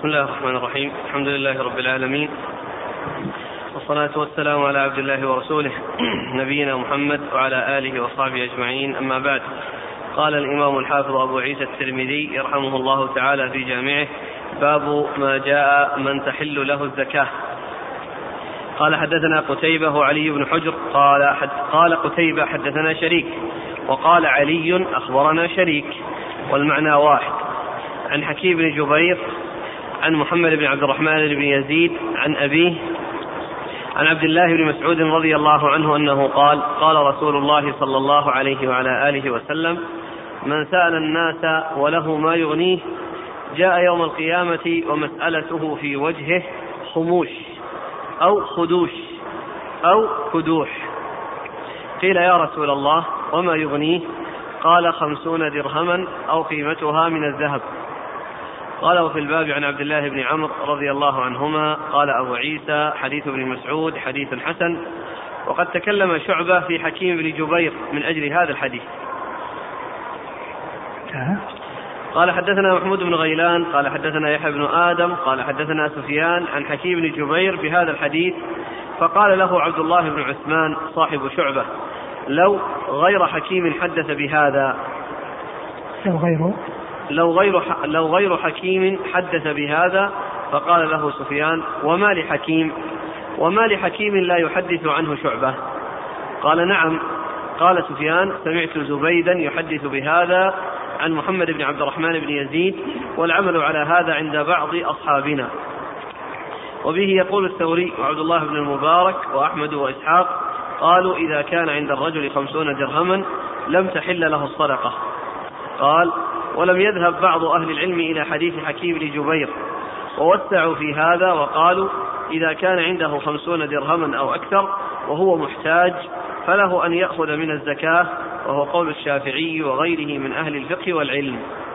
بسم الله الرحمن الرحيم. الحمد لله رب العالمين، والصلاة والسلام على عبد الله ورسوله نبينا محمد وعلى آله وصحبه أجمعين، أما بعد. قال الإمام الحافظ أبو عيسى الترمذي يرحمه الله تعالى في جامعه: باب ما جاء من تحل له الزكاة. قال حدثنا قتيبة وعلي بن حجر قال قتيبة حدثنا شريك، وقال علي أخبرنا شريك، والمعنى واحد. عن حكيم بن جبير عن محمد بن عبد الرحمن بن يزيد عن أبيه عن عبد الله بن مسعود رضي الله عنه أنه قال: قال رسول الله صلى الله عليه وعلى آله وسلم: من سأل الناس وله ما يغنيه جاء يوم القيامة ومسألته في وجهه خموش أو خدوش أو كدوح. قيل: يا رسول الله وما يغنيه؟ قال: 50 درهما أو قيمتها من الذهب. قال: وفي الباب عن عبد الله بن عمرو رضي الله عنهما. قال أبو عيسى: حديث ابن مسعود حديث حسن. وقد تكلم شعبة في حكيم بن جبير من أجل هذا الحديث. قال حدثنا محمود بن غيلان قال حدثنا يحيى بن آدم قال حدثنا سفيان عن حكيم بن جبير بهذا الحديث. فقال له عبد الله بن عثمان صاحب شعبة: لو غير حكيم حدث بهذا. لو غير حكيم حدث بهذا. فقال له سفيان: وما لحكيم لا يحدث عنه شعبة؟ قال: نعم. قال سفيان: سمعت زبيدا يحدث بهذا عن محمد بن عبد الرحمن بن يزيد، والعمل على هذا عند بعض أصحابنا. وبه يقول الثوري وعبد الله بن المبارك وأحمد وإسحاق قالوا: إذا كان عند الرجل 50 درهما لم تحل له الصدقة. قال: ولم يذهب بعض أهل العلم إلى حديث حكيم بن جبير، ووسعوا في هذا وقالوا: إذا كان عنده 50 درهما أو أكثر وهو محتاج فله أن يأخذ من الزكاة، وهو قول الشافعي وغيره من أهل الفقه والعلم.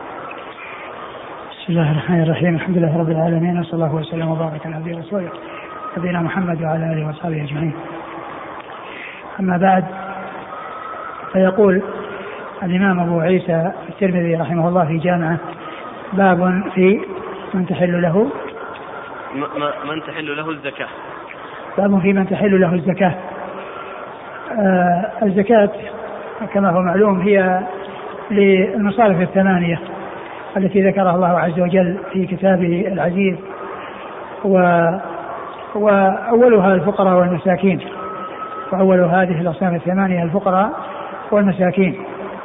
بسم الله الرحمن الرحيم. الحمد لله رب العالمين، وصلى الله وسلم وبارك على عبده ورسوله نبينا محمد وعلى آله وصحبه أجمعين. أما بعد، فيقول الإمام أبو عيسى الترمذي رحمه الله في جامعه: باب في من تحل له الزكاة. باب في من تحل له الزكاة. الزكاة كما هو معلوم هي للمصارف الثمانية التي ذكرها الله عز وجل في كتابه العزيز، وأولها الفقراء والمساكين، وأول هذه الأصناف الثمانية الفقراء والمساكين.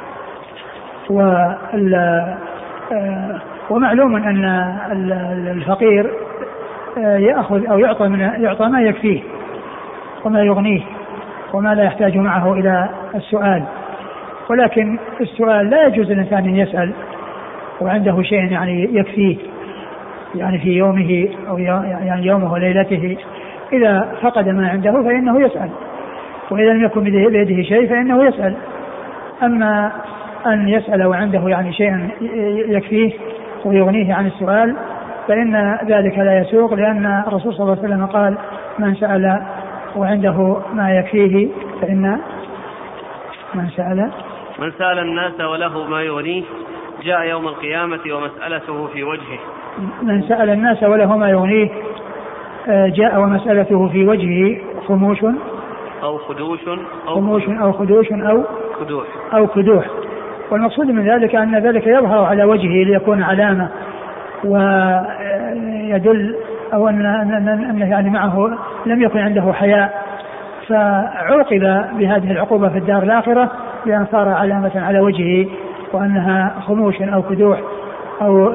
ومعلوم أن الفقير يأخذ أو يعطى ما يكفيه وما يغنيه وما لا يحتاج معه إلى السؤال. ولكن السؤال لا يجوز الإنسان أن يسأل وعنده شيء يعني يكفيه، يعني في يومه أو يعني يومه وليلته. إذا فقد ما عنده فإنه يسأل، وإذا لم يكن بيده شيء فإنه يسأل. أما أن يسأل وعنده يعني شيء يكفيه ويغنيه عن السؤال فإن ذلك لا يسوق، لأن الرسول صلى الله عليه وسلم قال: من سأل وعنده ما يكفيه فإن من سأل الناس وله ما يغنيه جاء يوم القيامة ومسألته في وجهه. من سأل الناس وله ما يغنيه جاء ومسألته في وجهه خموش أو خدوش أو كدوح. والمقصود من ذلك أن ذلك يظهر على وجهه ليكون علامة ويدل أو أن يعني معه لم يكن عنده حياء، فعوقب بهذه العقوبة في الدار الآخرة بأن صار علامة على وجهه، وأنها خموش أو كدوح أو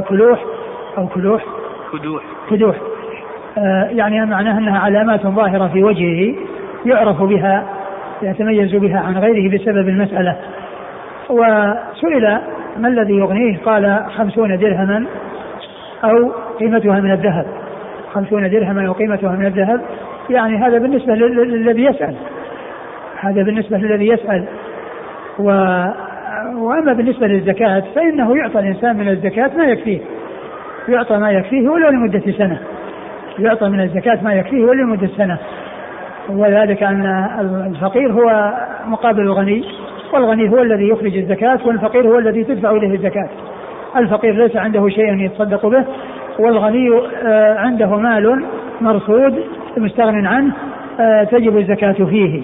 كدوح. يعني معناها أنها علامات ظاهرة في وجهه يعرف بها، يتميز بها عن غيره بسبب المسألة. وسئل: ما الذي يغنيه؟ قال: 50 درهما أو قيمتها من الذهب. 50 درهما أو قيمتها من الذهب، يعني هذا بالنسبة للذي يسأل. وأما بالنسبة للزكاة فإنه يعطى الإنسان من الزكاة ما يكفيه، يعطى ما يكفيه ولو لمدة سنة، يعطى من الزكاة ما يكفيه ولو لمدة سنة. وذلك أن الفقير هو مقابل الغني، والغني هو الذي يخرج الزكاة، والفقير هو الذي تدفع إليه الزكاة. الفقير ليس عنده شيء يتصدق به، والغني عنده مال مرصود مستغن عنه تجب الزكاة فيه.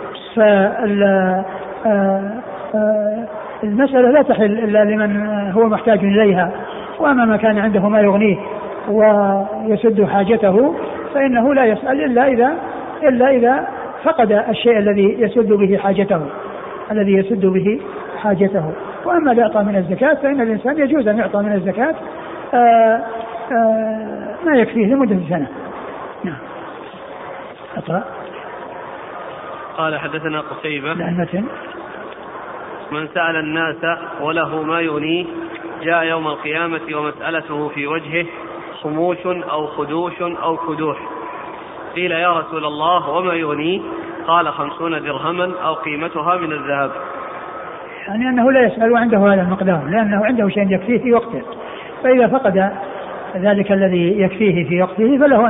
فالمسألة لا تحل إلا لمن هو محتاج إليها، وأما ما كان عنده ما يغنيه ويسد حاجته فإنه لا يسأل إلا إذا فقد الشيء الذي يسد به حاجته. وأما الإعطاء من الزكاة فإن الإنسان يجوز أن يعطى من الزكاة ما يكفيه لمدة سنة. نعم. أقرأ. قال حدثنا قتيبة من سأل الناس وله ما يغنيه جاء يوم القيامة ومسألته في وجهه خموش أو خدوش أو كدوح. قيل يا رسول الله وما يغنيه؟ قال 50 درهما أو قيمتها من الذهب. يعني أنه لا يسأل عنده هذا المقدار لأنه عنده شيء يكفيه في وقته، فإذا فقد ذلك الذي يكفيه في وقته فله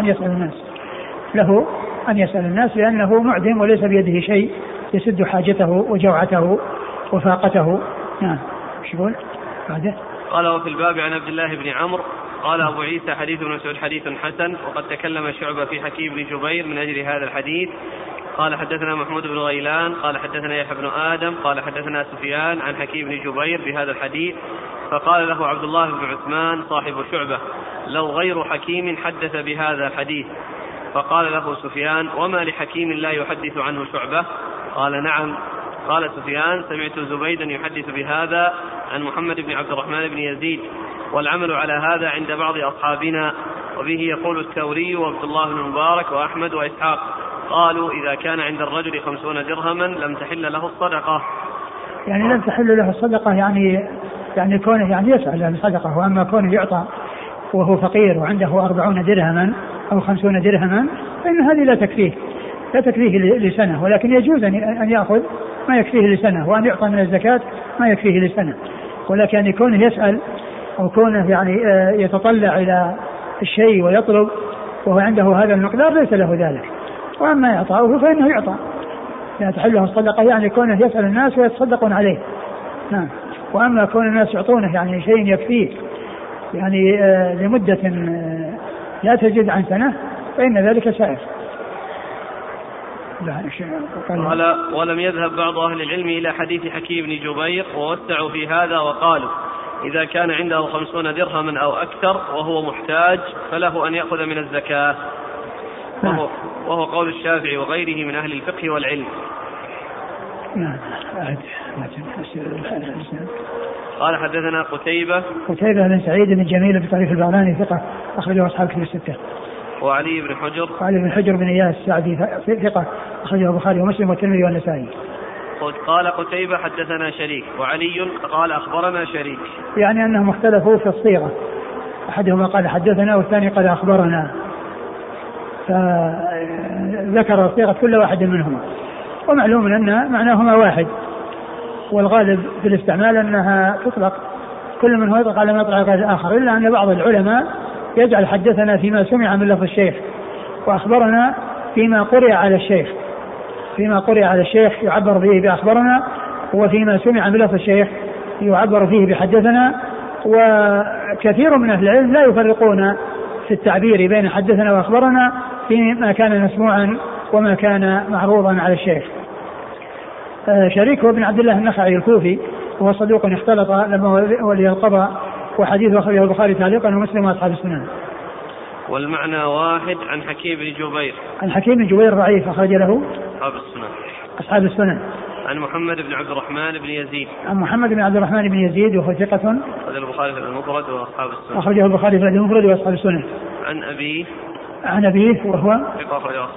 أن يسأل الناس لأنه معدم وليس بيده شيء يسد حاجته وجوعته وفاقته. نعم. ايش يقول بعده؟ قال وفي الباب عن عبد الله بن عمرو قال أبو عيسى حديث ابن مسعود حديث حسن، وقد تكلم شعبة في حكيم بن جبير من أجل هذا الحديث. قال حدثنا محمود بن غيلان قال حدثنا يحيى بن آدم قال حدثنا سفيان عن حكيم بن جبير بهذا الحديث. فقال له عبد الله بن عثمان صاحب شعبة لو غير حكيم حدث بهذا الحديث. فقال له سفيان وما لحكيم لا يحدث عنه شعبة؟ قال نعم. قال سفيان سمعت زبيدا يحدث بهذا عن محمد بن عبد الرحمن بن يزيد، والعمل على هذا عند بعض أصحابنا، وبه يقول الثوري وعبد الله بن المبارك وأحمد وإسحاق. قالوا إذا كان عند الرجل 50 درهما لم تحل له الصدقة. يعني لم تحل له الصدقة يعني كونه يعني يسأل عن الصدقة، وأما كونه يعطى وهو فقير وعنده 40 درهما أو 50 درهما فإن هذه لا تكفيه لسنة، ولكن يجوز أن يأخذ ما يكفيه لسنة وأن يعطى من الزكاة ما يكفيه لسنة. ولكن يعني كونه يسأل أو كونه يعني يتطلع إلى الشيء ويطلب وهو عنده هذا المقدار ليس له ذلك. وأما يعطاه فإنه يعطى لا تحله الصدقة، يعني كونه يسأل الناس ويتصدقون عليه. نعم. وأما كون الناس يعطونه يعني شيء يكفيه يعني لمدة لا تزيد عن سنة فإن ذلك سائر. قال ولم يذهب بعض أهل العلم إلى حديث حكيم بن جبير ووسعوا في هذا وقالوا إذا كان عنده 50 درهما أو أكثر وهو محتاج فله أن يأخذ من الزكاة، وهو قول الشافعي وغيره من أهل الفقه والعلم. قال حدثنا قتيبة بن سعيد بن جميل بن طريف البغلاني ثقة أخرجه أصحاب كتب الستة. وعلي بن حجر بن إياس السعدي ثقة أخرجه البخاري ومسلم والترمذي والنسائي. قال قتيبة حدثنا شريك، وعلي قال أخبرنا شريك، يعني أنهم اختلفوا في الصيغة، أحدهما قال حدثنا والثاني قال أخبرنا، فذكر صيغة كل واحد منهما، ومعلوم أن معناهما واحد، والغالب في الاستعمال أنها تطلق كل من هو يطلق على ما يطلق على الآخر، إلا أن بعض العلماء يجعل حدثنا فيما سمع من لفظ الشيخ، وأخبرنا فيما قرئ على الشيخ يعبر به بأخبرنا، وفيما سمع من لفظ الشيخ يعبر فيه بحدثنا. وكثير من أهل العلم لا يفرقون في التعبير بين حدثنا وأخبرنا فيما كان مسموعا وما كان معروضا على الشيخ. شريك هو بن عبد الله النخعي الكوفي، وهو صدوق اختلط لما ولي القضاء، وحديثه أخرجه البخاري تعليقا ومسلم وأصحاب السنن. والمعنى واحد. عن حكيم بن جبير ضعيف أخرج له أصحاب السنن. عن محمد بن عبد الرحمن بن يزيد وهو ثقة أخرجه البخاري في المفرد وأصحاب السنن. عن أبيه وهو ثقة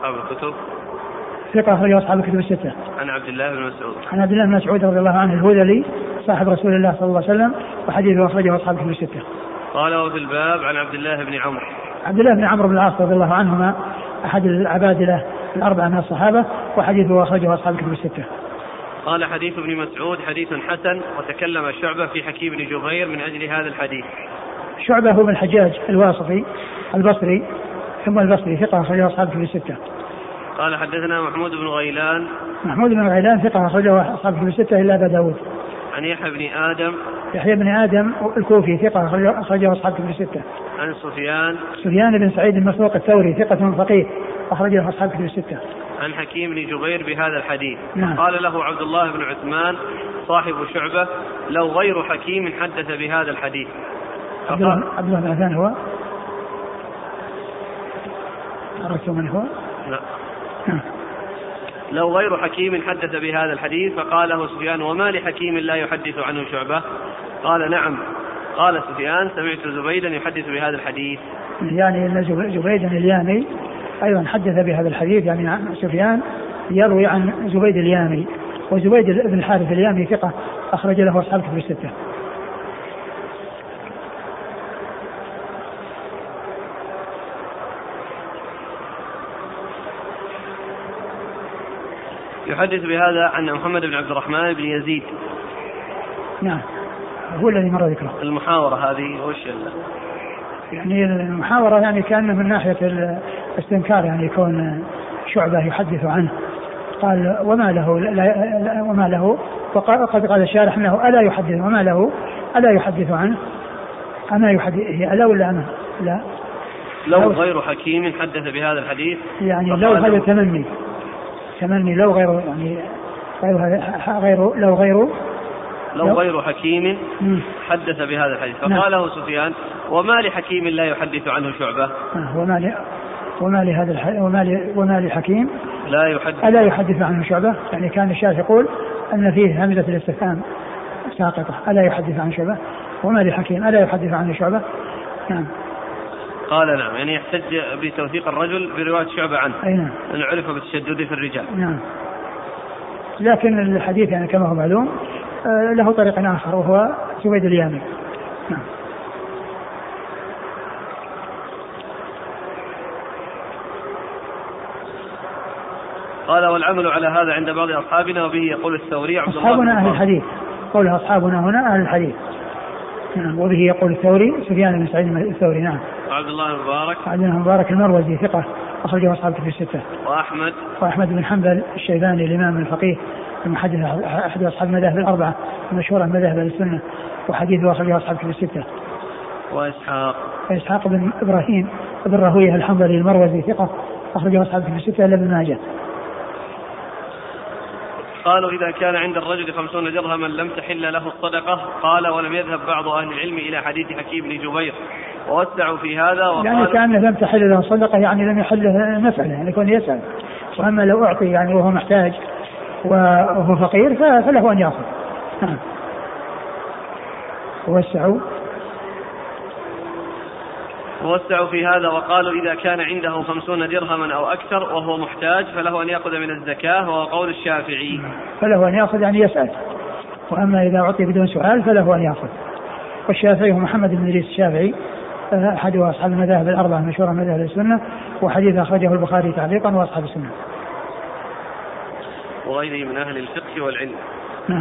أخرجه أصحاب الكتب الستة. عن عبد الله بن مسعود رضي الله عنه الهذلي صاحب رسول الله صلى الله عليه وسلم، وحديثه أخرجه أصحاب الكتب الستة. قال وفي الباب عن عبد الله بن عمرو بن العاص رضي الله عنهما أحد العبادلة الأربعة من الصحابة، وحديثه أخرجه أصحاب الكتب الستة. قال حديث ابن مسعود حديث حسن، وتكلم شعبة في حكيم بن جبير من أجل هذا الحديث. شعبة هو بن الحجاج الواسطي البصري ثم البصري ثقة أخرجه أصحاب الكتب الستة. قال حدثنا محمود بن غيلان ثقة أخرجه أصحاب الكتب الستة إلا أبا داود. عن يحيى بن آدم. يحيى بن آدم الكوفي ثقة أخرجه أصحاب كتب الستة. عن سفيان بن سعيد المسروق الثوري ثقة فقيه أخرجه أصحاب كتب الستة. عن حكيم بن جبير بهذا الحديث. نعم. قال له عبد الله بن عثمان صاحب شعبة لو غير حكيم حدث بهذا الحديث. عبد الله بن عثمان هو عرفتم من هو؟ لا. لو غير حكيم حدث بهذا الحديث. فقال له سفيان وما لحكيم لا يحدث عنه شعبة؟ قال نعم. قال سفيان سمعت زبيدا يحدث بهذا الحديث. يعني أن زبيدا اليامي أيضا حدث بهذا الحديث. يعني سفيان يروي عن زبيد اليامي، وزبيد بن الحارث اليامي ثقة أخرج له أصحاب كتب الستة. يحدث بهذا عن محمد بن عبد الرحمن بن يزيد. نعم هو الذي مر ذكره. المحاورة هذه وش يعني المحاورة يعني كأنه من ناحية الاستنكار، يعني يكون شعبة يحدث عنه. قال وما له وقد قال الشارح انه الا يحدث وما له الا يحدث عنه. اما يحدث هي الا ولا اما؟ لا لو غير حكيم حدث بهذا الحديث. يعني لو هذا تمني لو غير يعني لو غير حكيم حدث بهذا الحديث. فقال له سفيان وما لحكيم لا يحدث عنه شعبة؟ وما لحكيم لا يحدث عنه شعبة. يعني كان الشارح يقول أن فيه همزة الاستفهام ساقطة، ألا يحدث عن شعبة، وما لحكيم ألا يحدث عن شعبة. نعم. قال نعم، يعني يحتج بتوثيق الرجل برواية شعبة عنه. أي نعم. أنه عرف بالتشدد في الرجال. نعم. لكن الحديث يعني كما هو معلوم له طريق آخر وهو زبيد اليامي. نعم. قال والعمل على هذا عند بعض أصحابنا، وبه يقول الثوري عبد الله أصحابنا أهل الحديث، قولها أصحابنا هنا أهل الحديث. نعم. وبه يقول الثوري سفيان بن سعيد الثوري. نعم. وعبد الله المبارك المروزي ثقة أخرجه أصحاب كتب الستة. وأحمد بن حنبل الشيباني الإمام الفقيه المحدث أحد أصحاب المذاهب الأربعة المشهورة مذاهب السنة، وحديثه أخرجه أصحاب كتب الستة. وإسحاق بن إبراهيم بن راهويه الحنبلي المروزي ثقة أخرجه أصحاب كتب الستة إلا ابن ماجه. قالوا إذا كان عند الرجل 50 درهما لم تحل له الصدقة. قال ولم يذهب بعض أهل العلم إلى حديث حكيم بن جبير ووسعوا في هذا يعني كأنه لم تحل له الصدقة، يعني لم يحل له مسألة، يعني يكون يسأل. وأما لو أعطي يعني وهو محتاج وهو فقير فله أن يأخذ. نعم. ووسعوا في هذا وقالوا إذا كان عنده 50 درهما أو أكثر وهو محتاج فله أن يأخذ من الزكاة، وهو قول الشافعي. فله أن يأخذ يعني يسأل، وأما إذا أعطي بدون سؤال فله أن يأخذ. والشافعي هو محمد بن إدريس الشافعي أحد أصحاب المذاهب الأربعة المشهورة مذاهب السنة، وحديث أخرجه البخاري تعليقا وأصحاب السنة وغيره من أهل الفقه والعلم. نعم.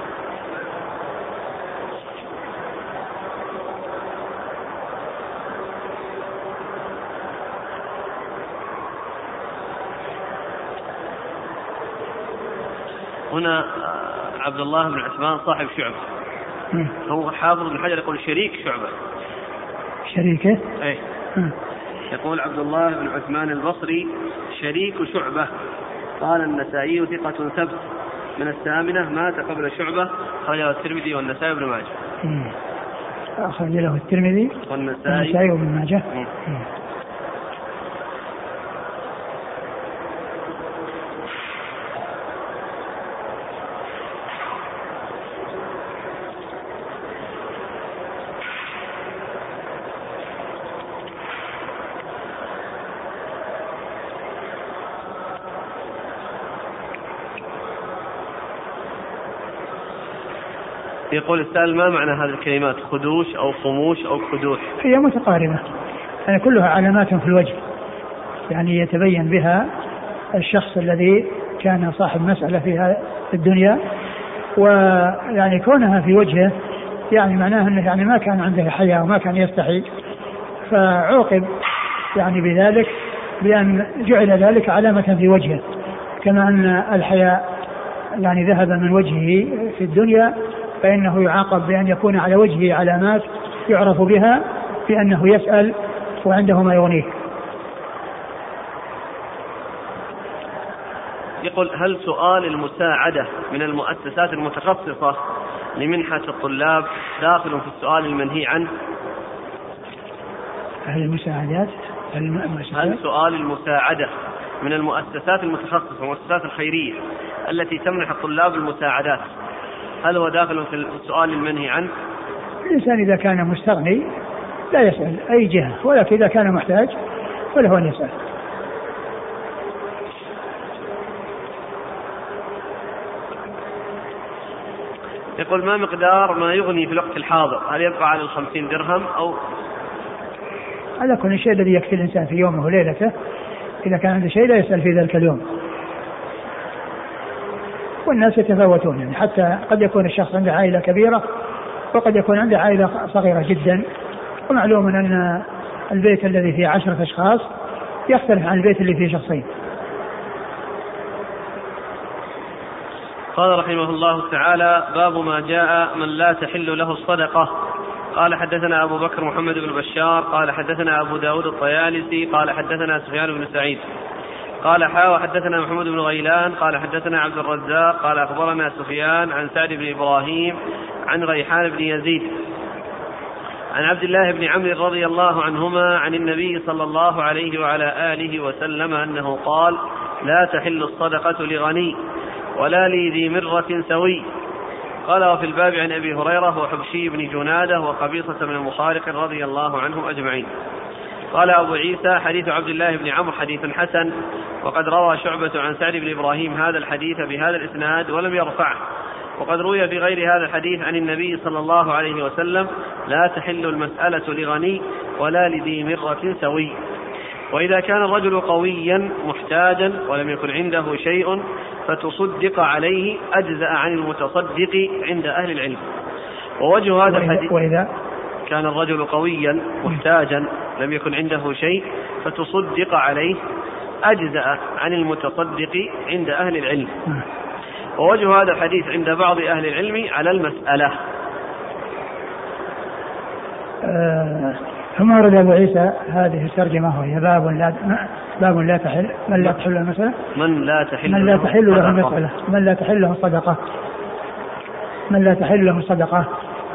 هنا عبد الله بن عثمان صاحب شعبة، هو حافظ بن حجر يقول شريك شعبة. شريكه؟ ايه. يقول عبد الله بن عثمان البصري شريك شعبة. قال النسائي ثقة ثبت من الثامنة مات قبل شعبة. أخرجه الترمذي والنسائي وابن ماجه. أخرج له الترمذي والنسائي وابن ماجه. يقول السائل ما معنى هذه الكلمات خدوش أو خموش أو خدوش؟ هي متقاربة، يعني كلها علامات في الوجه، يعني يتبين بها الشخص الذي كان صاحب مسألة فيها في الدنيا، ويعني كونها في وجهه يعني معناه أنه يعني ما كان عنده حياء وما كان يستحي، فعوقب يعني بذلك بأن جعل ذلك علامة في وجهه، كما أن الحياء يعني ذهب من وجهه في الدنيا فإنه يعاقب بأن يكون على وجهه علامات يعرف بها بأنه يسأل وعنده ما يغنيه. يقول: هل سؤال المساعدة من المؤسسات المتخصصة لمنحة الطلاب داخل في السؤال المنهي عنه؟ هل سؤال المساعدة من المؤسسات المتخصصة المؤسسات الخيرية التي تمنح الطلاب المساعدات، هل هو داخل في السؤال المنهي عنه؟ الإنسان إذا كان مستغني لا يسأل أي جهة، ولكن إذا كان محتاج فله أن يسأل. يقول: ما مقدار ما يغني في الوقت الحاضر؟ هل يبقى على 50 درهم أو على كل شيء الذي يكفي الإنسان في يومه وليلته؟ إذا كان عنده شيء لا يسأل في ذلك اليوم. والناس يتفاوتون، يعني حتى قد يكون الشخص عنده عائلة كبيرة وقد يكون عنده عائلة صغيرة جدا، ومعلوم أن البيت الذي فيه 10 أشخاص يختلف عن البيت اللي فيه شخصين. قال رحمه الله تعالى: باب ما جاء من لا تحل له الصدقة. قال: حدثنا أبو بكر محمد بن بشار قال حدثنا أبو داود الطيالسي قال حدثنا سفيان بن سعيد قال: حدثنا محمد بن غيلان قال حدثنا عبد الرزاق قال أخبرنا سفيان عن سعد بن إبراهيم عن ريحان بن يزيد عن عبد الله بن عمرو رضي الله عنهما عن النبي صلى الله عليه وعلى آله وسلم أنه قال: لا تحل الصدقة لغني ولا لذي مرة سوي. قال: وفي الباب عن أبي هريرة وحبشي بن جنادة وقبيصة بن مخارق رضي الله عنهم أجمعين. قال أبو عيسى: حديث عبد الله بن عمرو حديث حسن، وقد روى شعبة عن سعد بن إبراهيم هذا الحديث بهذا الإسناد ولم يرفعه، وقد روي في غير هذا الحديث عن النبي صلى الله عليه وسلم: لا تحل المسألة لغني ولا لذي مرة سوي. وإذا كان الرجل قويا محتاجا ولم يكن عنده شيء فتصدق عليه أجزأ عن المتصدق عند أهل العلم. ووجه هذا الحديث: وإذا كان الرجل قويا محتاجا لم يكن عنده شيء فتصدق عليه أجزأ عن المتصدق عند أهل العلم. ووجه هذا الحديث عند بعض أهل العلم على المسألة. ثم ورد أبو عيسى هذه الترجمة وهي باب لا تحل من لا تحل المسألة من لا تحل له الصدقة. من لا تحل له الصدقة.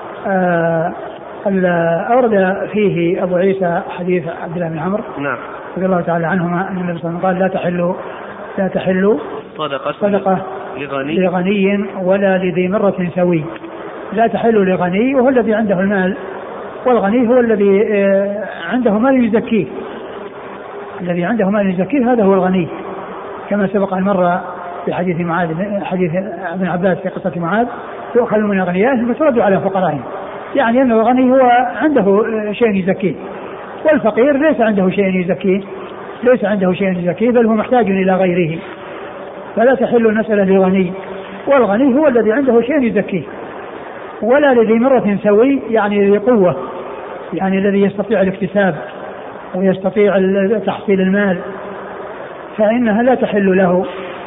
أورد فيه أبو عيسى حديث عبد الله بن عمرو رضي الله تعالى عنهما أن النبي صلى الله عليه وسلم قال: لا تحل صدقة لغني ولا لذي مرة سوي. لا تحل لغني وهو الذي عنده المال، والغني هو الذي عنده مال يزكيه. الذي عنده مال يزكيه هذا هو الغني، كما سبق أن مر في حديث معاذ، حديث ابن عباس في قصة معاذ: تؤخذ من أغنيائهم فترد على فقرائهم. يعني أن الغني هو عنده شيء يزكيه، والفقير ليس عنده شيء يزكيه، بل هو محتاج إلى غيره. فلا تحل المسألة لغني، والغني هو الذي عنده شيء يزكيه. ولا لذي مرة سوي، يعني ذي قوة، يعني الذي يستطيع الاكتساب ويستطيع تحصيل المال، فإنها لا تحل له.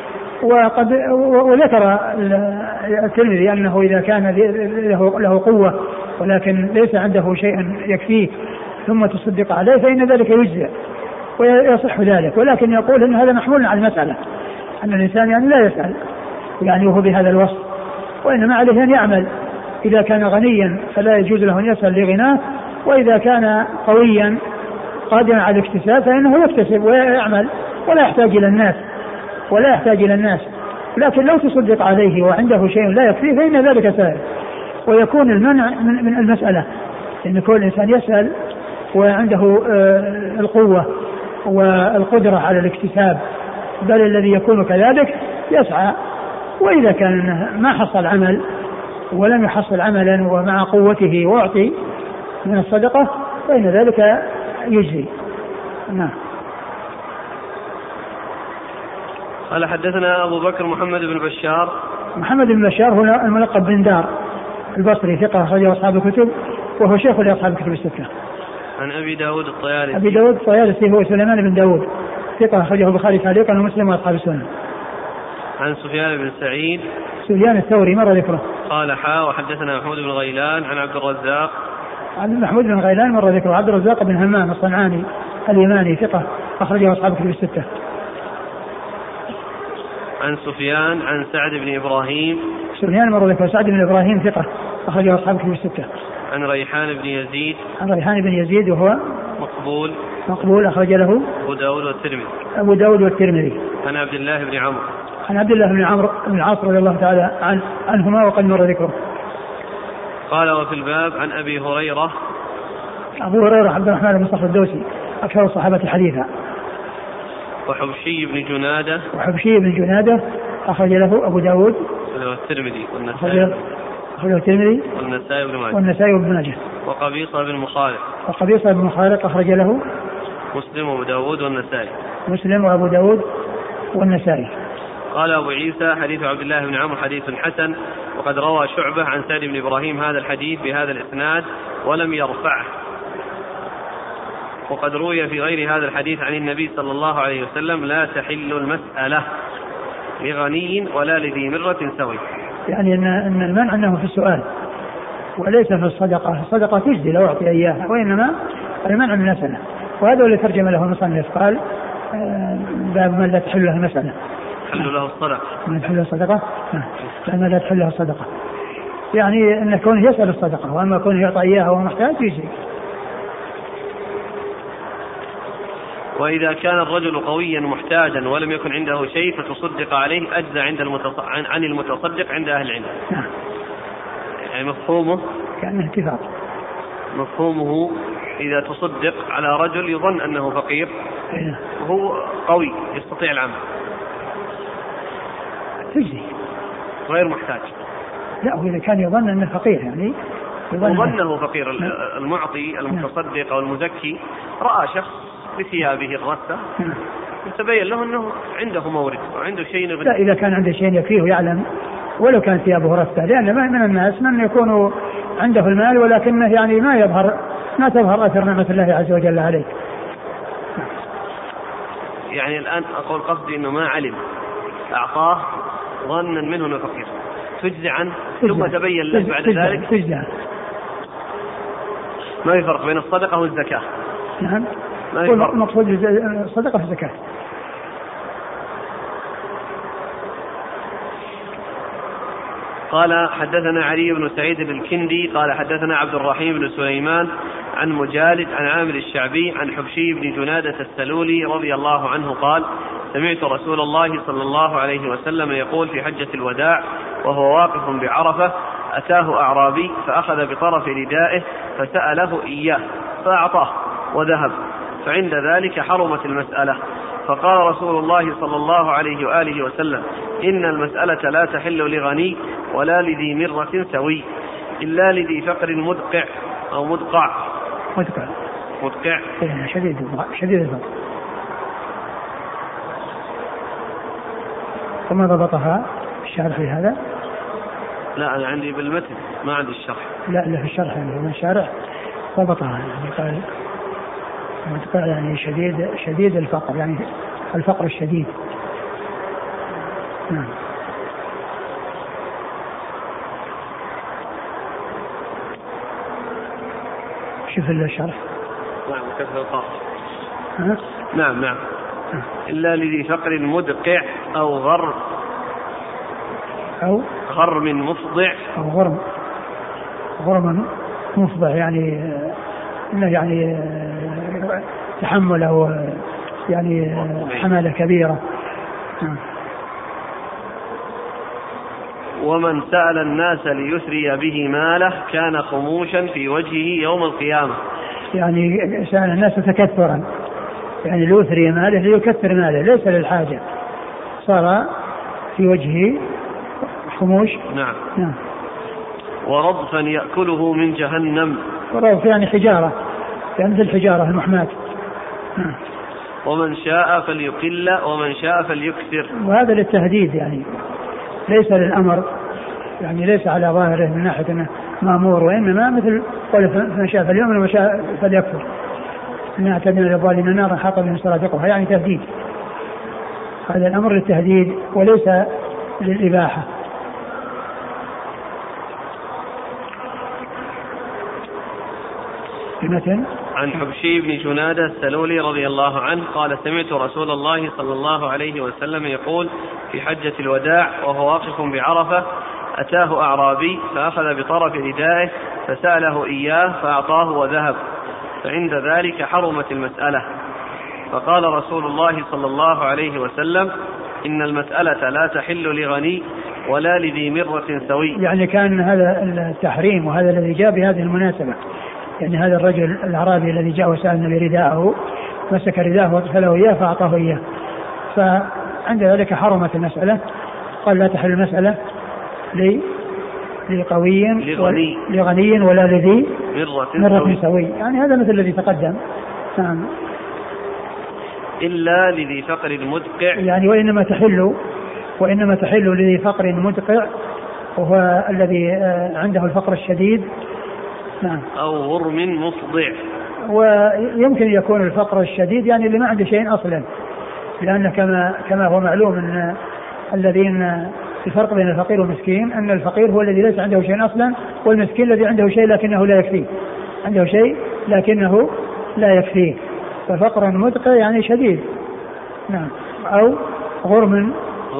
وذكر الترمذي أنه إذا كان له قوة ولكن ليس عنده شيء يكفيه ثم تصدق عليه فإن ذلك يجزئ ويصح ذلك، ولكن يقول أن هذا محمول على المسألة، أن الإنسان يعني لا يسأل يعني وهو بهذا الوصف، وإنما عليه أن يعمل. إذا كان غنيا فلا يجوز له أن يسأل لغناه، وإذا كان قويا قادرا على الاكتساب فإنه يكتسب ويعمل ولا يحتاج إلى الناس. لكن لو تصدق عليه وعنده شيء لا يكفيه فإن ذلك سائل، ويكون المنع من المسألة أن كل إنسان يسأل وعنده القوة والقدرة على الاكتساب، بل الذي يكون كذلك يسعى. وإذا كان ما حصل عمل ولم يحصل عملا ومع قوته واعطي من الصدقة فإن ذلك يجزي. نعم. قال: حدثنا أبو بكر محمد بن بشار هو الملقب بن دار البصري، ثقة أخرجه أصحاب الكتب، وهو شيخ لأصحاب الكتب الستة. عن أبي داود الطيالسي هو سليمان بن داود، ثقة أخرجه البخاري تعليقا ومسلم وأصحاب السنن. عن سفيان بن سعيد سفيان الثوري مر ذكره. قال وحدثنا محمود بن غيلان عن عبد الرزاق. عن محمود بن غيلان مر ذكره. عبد الرزاق بن همام الصنعاني اليماني ثقة أخرجه أصحاب كتب الستة. عن سفيان عن سعد بن إبراهيم. سفيان مر ذكره. سعد بن إبراهيم ثقة أخرجه أصحاب كتب الستة. عن ريحان بن يزيد. عن ريحان بن يزيد وهو مقبول أخرج له أبو داود والترمذي. عن عبد الله بن عمرو. عن عبد الله بن عمرو بن العاص رضي الله تعالى عنهما وقد مر ذكره. قال وفي الباب عن أبي هريرة. أبو هريرة عبد الرحمن بن صخر الدوسي أكثر الصحابة حديثا. وحبشي بن جنادة أخرج له أبو داود والترمذي والنسائي وابن ماجه. وقبيصة بن مخالد أخرج له مسلم وأبو داود والنسائي. قال أبو عيسى حديث عبد الله بن عمرو حديث حسن، وقد روى شعبة عن سعد بن إبراهيم هذا الحديث بهذا الإسناد ولم يرفعه، وقد روي في غير هذا الحديث عن النبي صلى الله عليه وسلم لا تحل المسألة لغني ولا لذي مرة سوي. يعني أن المنع أنه في السؤال وليس في الصدقة تجزي لو أعطي إياها، وإنما المنع من المسألة. وهذا اللي ترجم له المصنف قال باب من لا تحل له المسألة تحل له الصدقة. ما تحل له الصدقة لأن لا تحل له الصدقة، يعني أن كونه يسأل الصدقة، وأما كونه يعطى إياها وهو محتاج يجزي. وإذا كان الرجل قويا محتاجا ولم يكن عنده شيء فتصدق عليه أجزى عن المتصدق عند أهل العلم. يعني مفهومه كأنه اتفاق. مفهومه إذا تصدق على رجل يظن أنه فقير وهو قوي يستطيع العمل تجزي غير محتاج. لا، وإذا كان يظن أنه فقير يعني يظنه فقير. المعطي المتصدق أو المزكي رأى شخص بثيابه الرثة يتبين له أنه عنده مورد وعنده شيء يغني. لا، إذا كان عنده شيء يكفيه يعلم ولو كان ثيابه رثة، لأن من الناس من يكون عنده المال ولكنه يعني ما تظهر أثر نعمة الله عز وجل عليه. يعني الآن أقول قصدي أنه ما علم، أعطاه ظنا منه أنه فقير، تجزي عنه ثم تبين له بعد ذلك تجزي. ما في فرق بين الصدقة والزكاة. نعم، مقصود الصدقة في الزكاة. قال حدثنا علي بن سعيد الكندي قال حدثنا عبد الرحيم بن سليمان عن مجالد عن عامر الشعبي عن حبشي بن جنادة السلولي رضي الله عنه قال سمعت رسول الله صلى الله عليه وسلم يقول في حجة الوداع وهو واقف بعرفة أتاه أعرابي فأخذ بطرف ردائه فسأله إياه فأعطاه وذهب، فعند ذلك حرمت المسألة. فقال رسول الله صلى الله عليه وآله وسلم إن المسألة لا تحل لغني ولا لذي مرة سوي إلا لذي فقر مدقع أو مدقع شديد الفقر. ثم ضبطها الشارح في هذا. لا، أنا عندي بالمتن ما عندي الشرح. لا في الشرح يعني من الشارح ضبطها، يعني قال مدقع يعني شديد الفقر، يعني الفقر الشديد. نعم. شوف الشرح. نعم كسر القاف. نعم. إلا لذي فقر مدقع أو غرم مفضع أو غرم مفضع، يعني إنه يعني تحمل أو يعني حمالة كبيرة. ومن سأل الناس ليسري به ماله كان خموشا في وجهه يوم القيامة. يعني سأل الناس تكثرا، يعني ليسري ماله ليكثر ماله ليس للحاجة، صار في وجهه خموش. نعم. ورضفا يأكله من جهنم. ورضف يعني حجارة، يعني مثل الحجارة المحماة. ومن شاء فليقل ومن شاء فليكثر. وهذا للتهديد، يعني ليس للأمر، يعني ليس على ظاهره من ناحية أنه مأمور، وإنما مثل قول من شاء فليؤمن ومن شاء فليكفر إنها أعتدنا للظالمين نارا حاط بهم سرادقها، يعني تهديد. هذا الأمر للتهديد وليس للإباحة. المتن عن حبشي بن جنادة السلولي رضي الله عنه قال سمعت رسول الله صلى الله عليه وسلم يقول في حجة الوداع وهو واقف بعرفة أتاه أعرابي فأخذ بطرف ردائه فسأله إياه فأعطاه وذهب، فعند ذلك حرمت المسألة. فقال رسول الله صلى الله عليه وسلم إن المسألة لا تحل لغني ولا لذي مرة سوي. يعني كان هذا التحريم وهذا الذي جاء بهذه المناسبة، يعني هذا الرجل الأعرابي الذي جاء وسأل النبي رداءه مسك رداءه وأدخله إياه فأعطاه إياه، فعند ذلك حرمت المسألة. قال لا تحل المسألة لغني ولا لذي مرة سوي، يعني هذا مثل الذي تقدم. نعم. إلا لذي فقر مدقع، يعني وإنما تحل لذي فقر مدقع وهو الذي عنده الفقر الشديد. نعم. أو غرم مفضع، ويمكن يكون الفقر الشديد يعني اللي ما عنده شيء أصلا، لأن كما هو معلوم أن الذين الفرق بين الفقير والمسكين أن الفقير هو الذي ليس عنده شيء أصلا، والمسكين الذي عنده شيء لكنه لا يكفيه، عنده شيء لكنه لا يكفيه. ففقر مدقع يعني شديد. نعم. أو غرم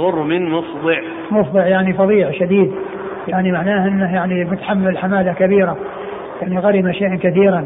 مفضع يعني فظيع شديد، يعني معناه أنه يعني متحمل حمالة كبيرة، يعني غرم شيئا كثيرا.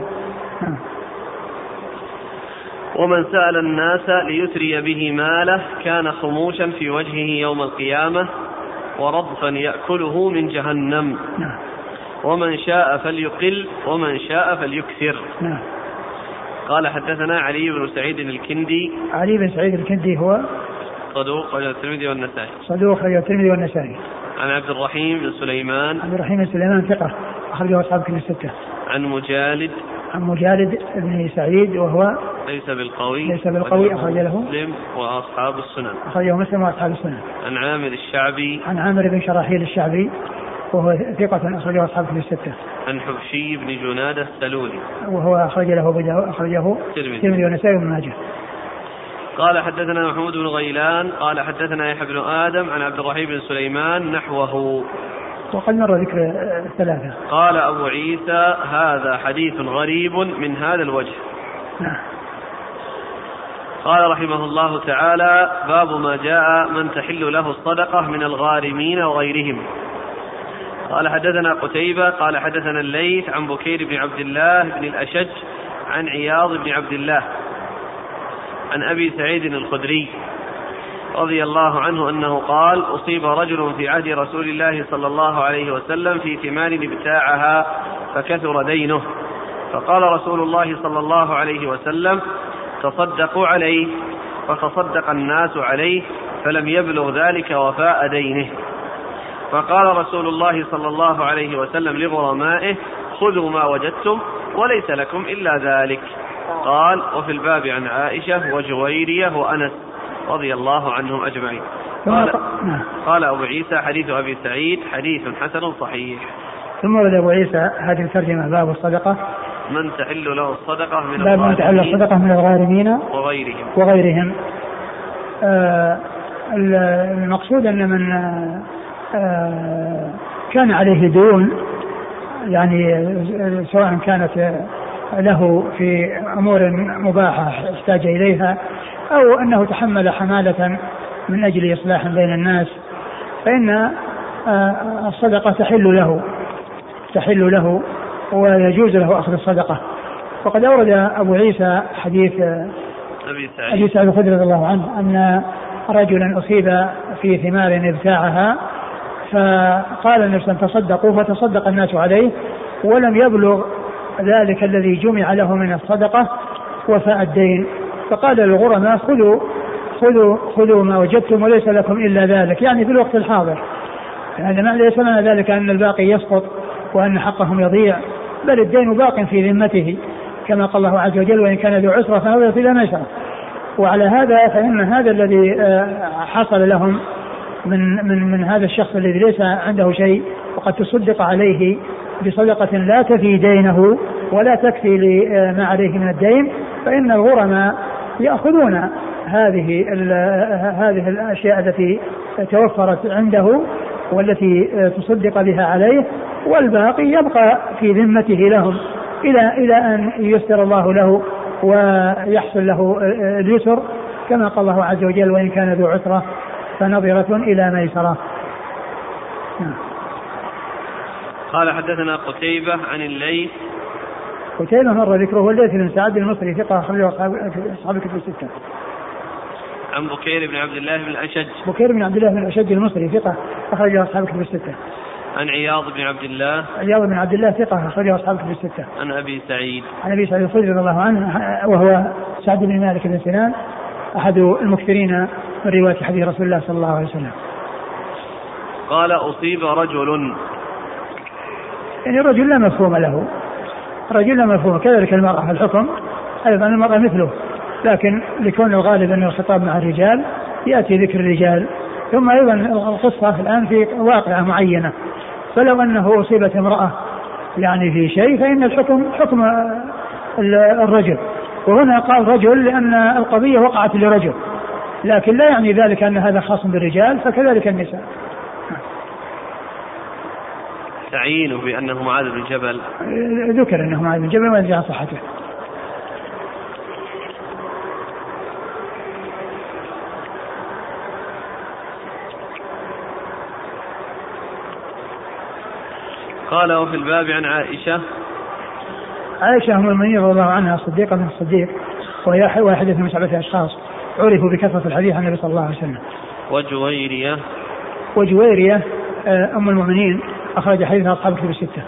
ومن سأل الناس ليسري به ماله كان خموشا في وجهه يوم القيامة ورضفا يأكله من جهنم. ومن شاء فليقل ومن شاء فليكثر. قال حدثنا علي بن سعيد الكندي. علي بن سعيد الكندي هو صدوق أخرجه الترمذي والنسائي. عن عبد الرحيم بن سليمان ثقة أخرجه أصحاب الكتب الستة. عن مجالد بن سعيد وهو ليس بالقوي أخرج له مسلم وأصحاب السنن. عن عامر بن شراحيل الشعبي وهو ثقة أخرجه أصحاب الكتب الستة. عن حبشي بن جنادة السلولي وهو أخرجه الترمذي والنسائي وابن ماجه. قال حدثنا محمود بن غيلان قال حدثنا يحيى بن آدم عن عبد الرحيم بن سليمان نحوه وقد مر ذكر الثلاثة. قال أبو عيسى هذا حديث غريب من هذا الوجه. قال رحمه الله تعالى باب ما جاء من تحل له الصدقة من الغارمين وغيرهم. قال حدثنا قتيبة قال حدثنا الليث عن بكير بن عبد الله بن الأشج عن عياض بن عبد الله عن أبي سعيد الخدري رضي الله عنه أنه قال أصيب رجل في عهد رسول الله صلى الله عليه وسلم في ثمار ابتاعها فكثر دينه، فقال رسول الله صلى الله عليه وسلم تصدقوا عليه، فتصدق الناس عليه فلم يبلغ ذلك وفاء دينه. فقال رسول الله صلى الله عليه وسلم لغرمائه خذوا ما وجدتم وليس لكم إلا ذلك. قال وفي الباب عن عائشة وجويرية وأنس رضي الله عنهم أجمعين. قال أبو عيسى حديث أبي سعيد حديث حسن صحيح. ثم ورد أبو عيسى هذه الترجمة باب الصدقة من تحل له الصدقة من الغارمين وغيرهم. المقصود أن من كان عليه ديون، يعني سواء كانت له في أمور مباحة احتاج إليها أو أنه تحمل حمالة من أجل إصلاح بين الناس، فإن الصدقة تحل له ويجوز له أخذ الصدقة. وقد أورد أبو عيسى حديث أبي سعيد الخدري رضي الله عنه أن رجلا أصيب في ثمار ابتاعها فقال النبي صلى الله عليه وسلم تصدقوا، فتصدق الناس عليه ولم يبلغ ذلك الذي جمع له من الصدقة وفاء الدين. فقال للغرماء خذوا ما وجدتم وليس لكم إلا ذلك، يعني في الوقت الحاضر. هذا ما ليس معنى ذلك أن الباقي يسقط وأن حقهم يضيع، بل الدين باق في ذمته كما قال الله عز وجل وإن كان ذو عسرة فنظرة إلى ميسرة. وعلى هذا فإن هذا الذي حصل لهم من هذا الشخص الذي ليس عنده شيء وقد تصدق عليه بصدقة لا تفي دينه ولا تكفي لما عليه من الدين، فإن الغرماء يأخذون هذه الأشياء التي توفرت عنده والتي تصدق بها عليه، والباقي يبقى في ذمته لهم إلى أن ييسر الله له ويحصل له اليسر، كما قال الله عز وجل: وإن كان ذو عسرة فنظرة إلى ميسرة. قال حدثنا قتيبة عن الليث. قتيبة مر ذكره، والليث بن سعد المصري ثقة أخرجه أصحاب الكتب الستة. عن بكير بن عبد الله بن الأشج. بكير بن عبد الله بن الأشج المصري ثقة أخرجه أصحاب الكتب الستة. عن عياض بن عبد الله. عياض بن عبد الله ثقة أخرجه أصحاب الكتب الستة. عن أبي سعيد. عن أبي سعيد الخدري رضي الله عنه، وهو سعد بن مالك بن سنان، أحد المكثرين من رواية حديث رسول الله صلى الله عليه وسلم. قال: أصيب رجل. يعني الرجل لا مفهوم له، رجل لا مفهوم، كذلك المرأة في الحكم أيضا المرأة مثله، لكن لكون الغالب أن الخطاب مع الرجال يأتي ذكر الرجال. ثم أيضا القصة الآن في واقعة معينة، فلو أنه أصيبت امرأة يعني في شيء فإن الحكم حكم الرجل، وهنا قال رجل لأن القضية وقعت لرجل، لكن لا يعني ذلك أن هذا خاص بالرجال، فكذلك النساء. تعيين بأنه معاذ بن جبل، ذكر أنه معاذ بن جبل ويرجع صحته. قال: وفي الباب عن عائشة. عائشة أم المؤمنين رضي الله عنها الصديقة بنت الصديق، وهي واحدة من 7 أشخاص عرفوا بكثرة الحديث عن النبي صلى الله عليه وسلم. وجويرية. وجويرية أم المؤمنين أخرج حديثها أصحاب الكتب الستة.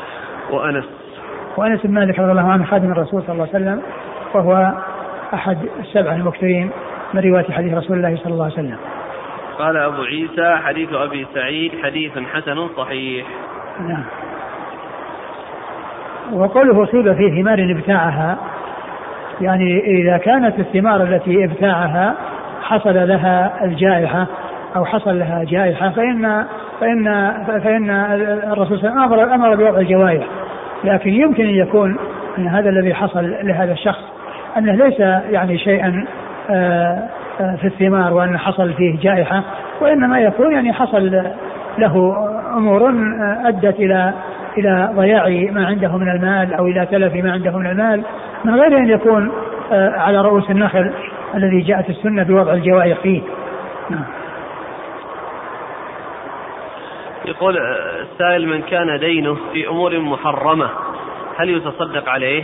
وأنس بن مالك رضي الله عنه خادم الرسول صلى الله عليه وسلم، وهو أحد 7 المكثرين من رواية حديث رسول الله صلى الله عليه وسلم. قال أبو عيسى: حديث أبي سعيد حديث حسن صحيح. نعم. وقوله أصيب في ثمار ابتاعها، يعني إذا كانت الثمار التي ابتاعها حصل لها الجائحة أو حصل لها جائحة فإن الرسول صلى الله عليه وسلم أمر بوضع الجوائح، لكن يمكن أن يكون أن هذا الذي حصل لهذا الشخص أنه ليس يعني شيئا في الثمار وأن حصل فيه جائحة، وإنما يكون يعني حصل له أمور أدت إلى ضياع ما عنده من المال أو إلى تلف ما عنده من المال، من غير أن يكون على رؤوس النخل الذي جاءت السنة بوضع الجوائح فيه. يقول السائل: من كان دينه في أمور محرمة هل يتصدق عليه؟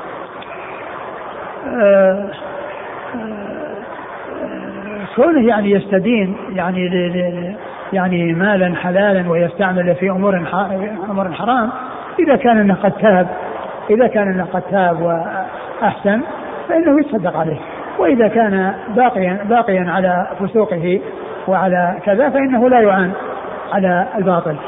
كونه يعني يستدين يعني مالا حلالا ويستعمل في أمور حرام، إذا كان أنه قد تاب وأحسن فإنه يتصدق عليه، وإذا كان باقيا على فسوقه وعلى كذا فإنه لا يعان على الباطل.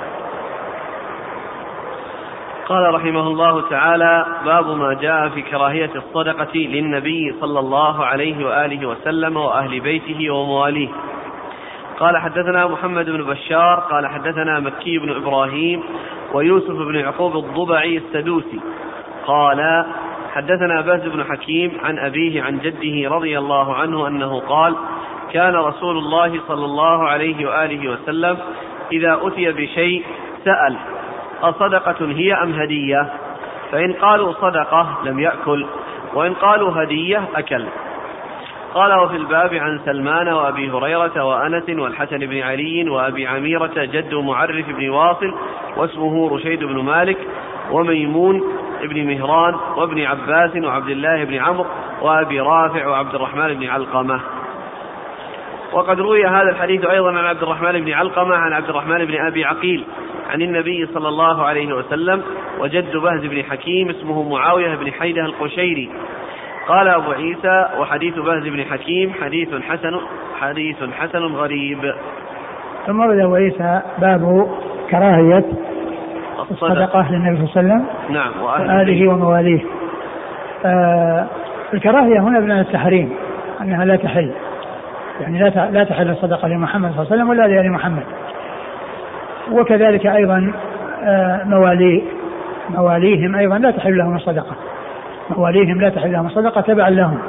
قال رحمه الله تعالى: باب ما جاء في كراهية الصدقة للنبي صلى الله عليه وآله وسلم وأهل بيته ومواليه. قال: حدثنا محمد بن بشار قال: حدثنا مكي بن إبراهيم ويوسف بن يعقوب الضبعي السدوسي قال: حدثنا بهز بن حكيم عن أبيه عن جده رضي الله عنه أنه قال: كان رسول الله صلى الله عليه وآله وسلم إذا أتي بشيء سأل: أصدقة هي أم هدية؟ فإن قالوا صدقة لم يأكل، وإن قالوا هدية أكل. قال: وفي الباب عن سلمان وأبي هريرة وأنس والحسن بن علي وأبي عميرة جد معرف بن واصل واسمه رشيد بن مالك وميمون بن مهران وابن عباس وعبد الله بن عمرو وأبي رافع وعبد الرحمن بن علقمة. وقد روي هذا الحديث أيضا عن عبد الرحمن بن علقمة عن عبد الرحمن بن أبي عقيل عن النبي صلى الله عليه وسلم، وجد بهز بن حكيم اسمه معاوية بن حيدة القشيري. قال أبو عيسى: وحديث بهز بن حكيم حديث حسن غريب. ثم بدأ أبو عيسى باب كراهية الصدقة للنبي صلى الله عليه وسلم نعم وآله ومواليه. الكراهية هنا بمعنى التحريم، أنها لا تحل، يعني لا تحل الصدقة لمحمد صلى الله عليه وسلم ولا لآل محمد. وكذلك أيضا مواليهم أيضا لا تحل لهم الصدقة، مواليهم لا تحل لهم الصدقة تبعا لهم.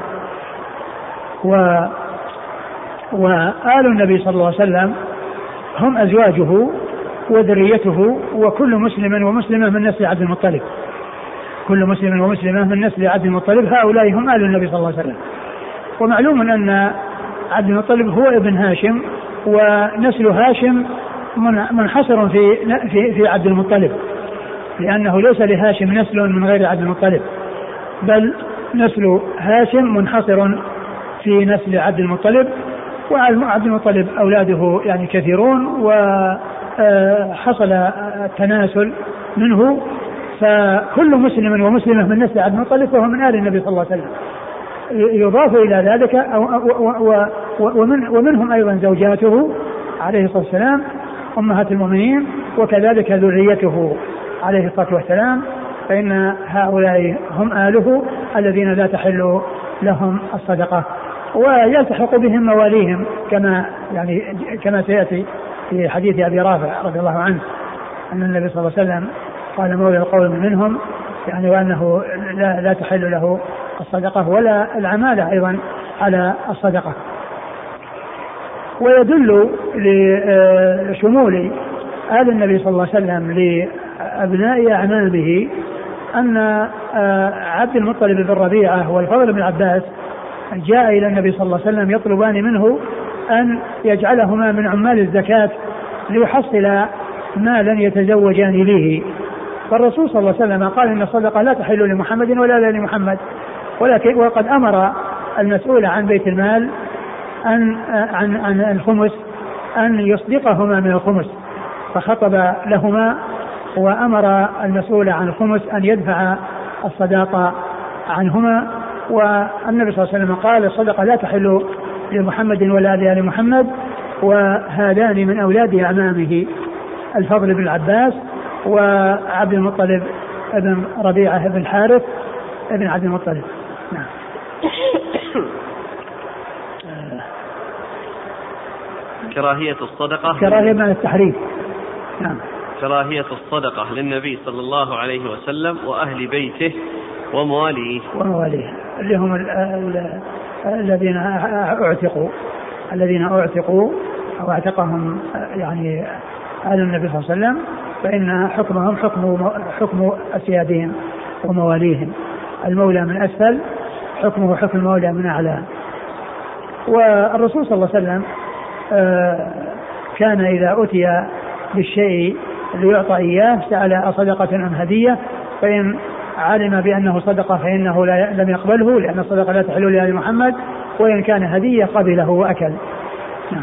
وآل النبي صلى الله عليه وسلم هم أزواجه وذريته وكل مسلم ومسلمة من نسل عبد المطلب، كل مسلم ومسلمة من نسل عبد المطلب هؤلاء هم آل النبي صلى الله عليه وسلم. ومعلوم أن عبد المطلب هو ابن هاشم، ونسل هاشم منحصر في عبد المطلب، لأنه ليس لهاشم نسل من غير عبد المطلب، بل نسل هاشم منحصر في نسل عبد المطلب. وعبد المطلب أولاده يعني كثيرون، وحصل التناسل منه، فكل مسلم ومسلمة من نسل عبد المطلب فهو من آل النبي صلى الله عليه وسلم. يضاف إلى ذلك ومنهم أيضا زوجاته عليه الصلاة والسلام أمهات المؤمنين، وكذلك ذريته عليه الصلاة والسلام، فإن هؤلاء هم آله الذين لا تحل لهم الصدقة، ويلتحق بهم مواليهم كما سيأتي في حديث أبي رافع رضي الله عنه أن النبي صلى الله عليه وسلم قال مولى القوم منهم، يعني وأنه لا تحل له الصدقة ولا العمالة أيضا على الصدقة. ويدل لشمول آل النبي صلى الله عليه وسلم لأبناء أعمامه أن عبد المطلب بن ربيعة والفضل بن عباس جاء إلى النبي صلى الله عليه وسلم يطلبان منه أن يجعلهما من عمال الزكاة ليحصل مالا يتزوجان به. فالرسول صلى الله عليه وسلم قال إن الصدقة لا تحل لمحمد ولا لمحمد، ولكن وقد أمر المسؤول عن بيت المال عن الخمس أن يصدقهما من الخمس، فخطب لهما وأمر المسؤول عن الخمس أن يدفع الصداقة عنهما. والنبي صلى الله عليه وسلم قال الصدقة لا تحل لمحمد ولا لآل محمد، وهذان من أولاد أعمامه الفضل بن العباس وعبد المطلب ابن ربيعة بن الحارث ابن عبد المطلب. نعم. كراهية الصدقة، كراهية من التحريم. نعم. كراهية الصدقة للنبي صلى الله عليه وسلم وأهل بيته ومواليه اللي هم الذين أعتقوا أو اعتقهم يعني آل النبي صلى الله عليه وسلم، فإن حكمهم حكم أسيادهم ومواليهم. المولى من أسفل حكمه حكم المولى من أعلى. والرسول صلى الله عليه وسلم كان إذا أتي بالشيء ليعطى إياه سأل أصدقة أم هدية، فإن علم بأنه صدقة فإنه لم يقبله، لأن الصدقة لا تحل لآل محمد، وإن كان هدية قبله وأكل. نعم.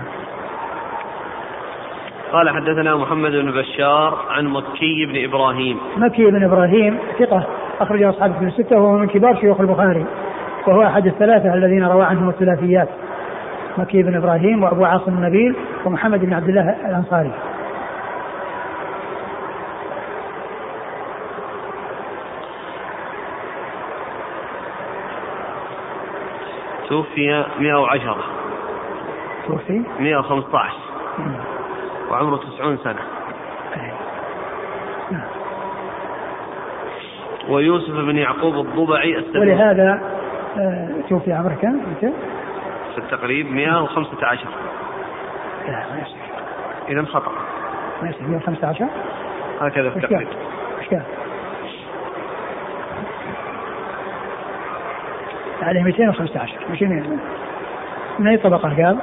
قال حدثنا محمد بن بشار عن مكي بن إبراهيم. مكي بن إبراهيم ثقة أخرجه أصحاب الكتب الستة، وهو من كبار شيوخ البخاري، وهو أحد الثلاثة الذين روى عنهم الثلاثيات، مكي بن إبراهيم وأبو عاصم النبيل ومحمد بن عبد الله الأنصاري. توفي 110. توفي 115 وعمره 90 سنة. ويوسف بن يعقوب الضبعي السدوسي. ولهذا توفي عمره كم؟ في التقريب 115. لا ما يصير. إذا خطأ. ما يصير 115. هكذا في التقريب. إشكال. عليه 215 مش 100. من أي طبقة قال؟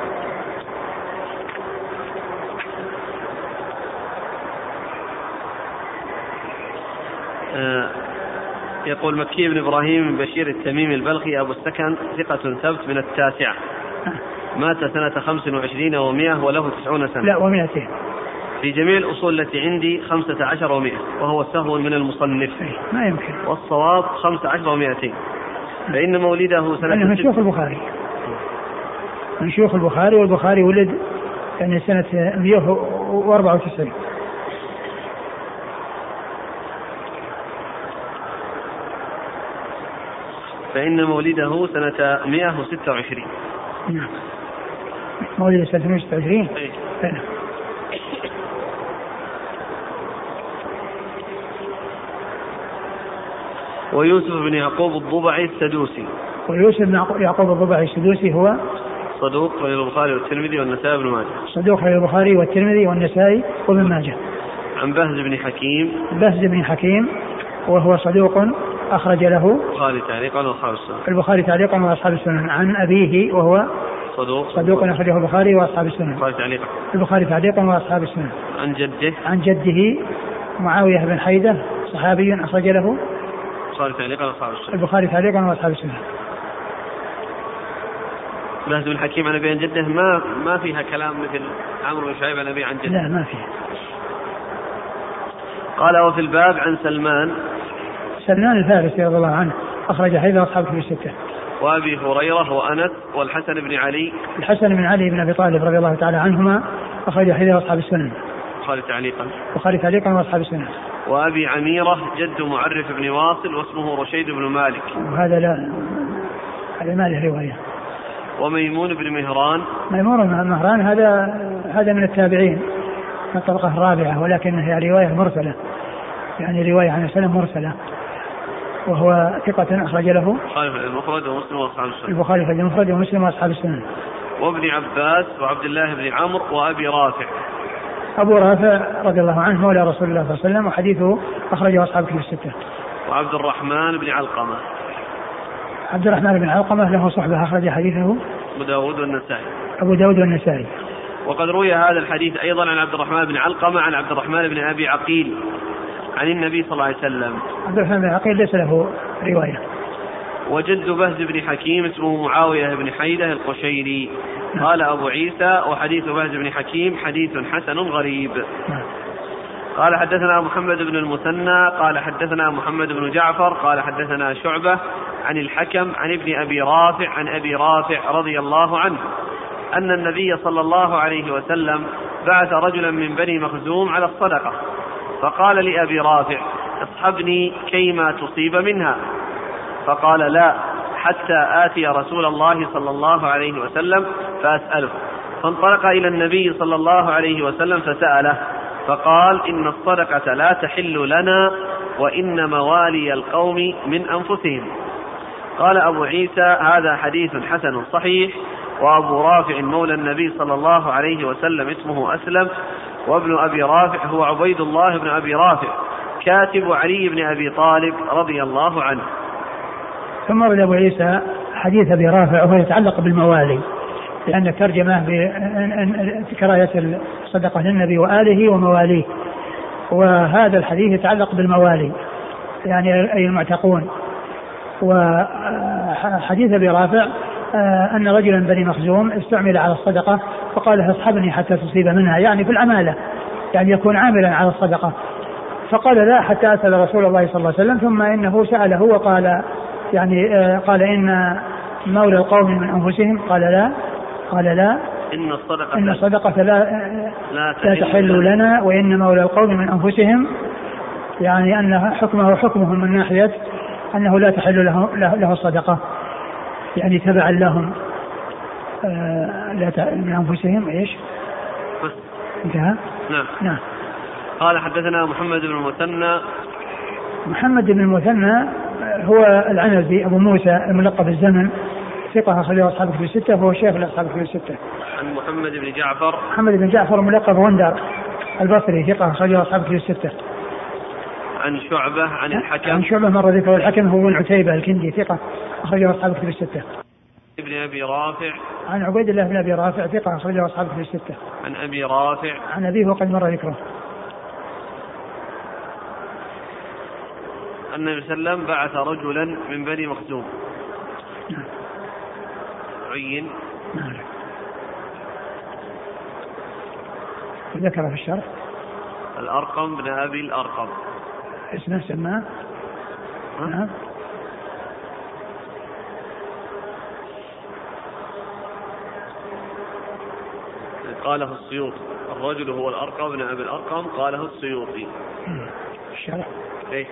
يقول مكي بن إبراهيم بن بشير التميمي البلخي أبو السكن ثقة ثبت من التاسعة، مات سنة 25 و100 وله 90 سنة. لا و200. في جميع الأصول التي عندي 15 و100، وهو سهو من المصنف. ما يمكن. والصواب 15 و200. فإن مولده سنة من شيوخ البخاري. من شيوخ البخاري، والبخاري ولد يعني سنة 194. فإن مولده سنة 126. نعم. مولده سنة 126. نعم. ويوسف بن يعقوب الضبعي السدوسي. ويوسف بن يعقوب الضبعي السدوسي هو صدوق رواه البخاري والترمذي والنسائي بن ماجه. صدوق رواه البخاري والترمذي والنسائي وابن ماجه. عن بهز بن حكيم. بهز بن حكيم وهو صدوق أخرج له البخاري تعليقا وأصحاب السنن. البخاري تعليقا وأصحاب السنن. عن أبيه وهو صدوق أخرجه البخاري وأصحاب السنن. البخاري تعليقا وأصحاب السنن. عن جده معاوية بن حيدة صحابي أخرج له البخاري تعليقا وأصحاب السنن. بهز بن حكيم عن أبي عن جده ما فيها كلام مثل عمرو بن شعيب عن أبي عن جده. لا ما فيها. قال وفي الباب عن سلمان الفارسي رضي الله عنه أخرج حديث أصحاب الكتب الستة. وأبي هريرة وأنس والحسن بن علي. الحسن بن علي بن أبي طالب رضي الله تعالى عنهما أخرج حديث أصحاب السنن. البخاري تعليقا وأصحاب السنن. وأبي عميرة جد معرف بن واصل واسمه رشيد بن مالك. وهذا لا هذا ما له رواية. وميمون بن مهران هذا من التابعين من الطبقة الرابعة، ولكنها رواية مرسلة، يعني رواية عن سلم مرسلة، وهو ثقة أخرج له المفرد ومسلم وأصحاب السنن. البخاري في المفرد ومسلم وأصحاب السنن. وابن عباس وعبد الله بن عمرو وأبي رافع. أبو رافع رضي الله عنه مولى رسول الله صلى الله عليه وسلم وحديثه أخرجه أصحاب الكتب الستة. وعبد الرحمن بن علقمة. عبد الرحمن بن علقمة له صحبة أخرج حديثه أبو داود والنسائي. وقد روي هذا الحديث أيضا عن عبد الرحمن بن علقمة عن عبد الرحمن بن أبي عقيل عن النبي صلى الله عليه وسلم. عبد الرحمن بن عقيل ليس له رواية. وجد بهز بن حكيم اسمه معاوية بن حيدة القشيري. قال أبو عيسى وحديث بهز بن حكيم حديث حسن غريب. قال حدثنا محمد بن المثنى قال حدثنا محمد بن جعفر قال حدثنا شعبة عن الحكم عن ابن أبي رافع عن أبي رافع رضي الله عنه أن النبي صلى الله عليه وسلم بعث رجلا من بني مخزوم على الصدقة، فقال لأبي رافع اصحبني كيما تصيب منها، فقال لا حتى آتي رسول الله صلى الله عليه وسلم فأسأله، فانطلق إلى النبي صلى الله عليه وسلم فسأله، فقال إن الصدقة لا تحل لنا وإن موالي القوم من أنفسهم. قال أبو عيسى هذا حديث حسن صحيح. وأبو رافع مولى النبي صلى الله عليه وسلم اسمه أسلم، وابن أبي رافع هو عبيد الله بن أبي رافع كاتب علي بن أبي طالب رضي الله عنه. ثم ورد أبو عيسى حديث أبي رافع وهو يتعلق بالموالي، لأن ترجمه بكراية الصدقة للنبي وآله ومواليه، وهذا الحديث يتعلق بالموالي يعني أي المعتقون. وحديث أبي رافع أن رجلا بني مخزوم استعمل على الصدقة فقال اصحبني حتى تصيب منها، يعني في العمالة، يعني يكون عاملا على الصدقة، فقال لا حتى أسأل رسول الله صلى الله عليه وسلم، ثم إنه سأله وقال يعني قال إن مولى القوم من أنفسهم، قال لا إن الصدقة لا تحل لنا وإن مولى القوم من أنفسهم، يعني أن حكمهم من ناحية أنه لا تحل له الصدقة، يعني تبعا لهم من أنفسهم. إيش انتهى؟ نعم. قال حدثنا محمد بن المثنى هو العنزي أبو موسى الملقب الزمن، ثقة أخرجه أصحاب الكتب الستة، وهو شيخ لأصحاب الكتب الستة. عن محمد بن جعفر الملقب غندر البصري، ثقة أخرجه أصحاب الكتب الستة. عن شعبة عن شعبة مر ذكره، الحكم هو بن عتيبة الكندي، ثقة أخرجه أصحاب الكتب الستة. ابن أبي رافع عن عبيد الله بن أبي رافع، ثقة أخرجه أصحاب الكتب الستة. عن أبي رافع عن أبيه وقد مر ذكره. النبي صلى الله عليه وسلم بعث رجلا من بني مخزوم عين ذكر في الشرح الأرقم بن أبي الأرقم اسمه سماه نعم. قاله السيوطي، الرجل هو الأرقم بن أبي الأرقم، قاله السيوطي الشرح. إيه؟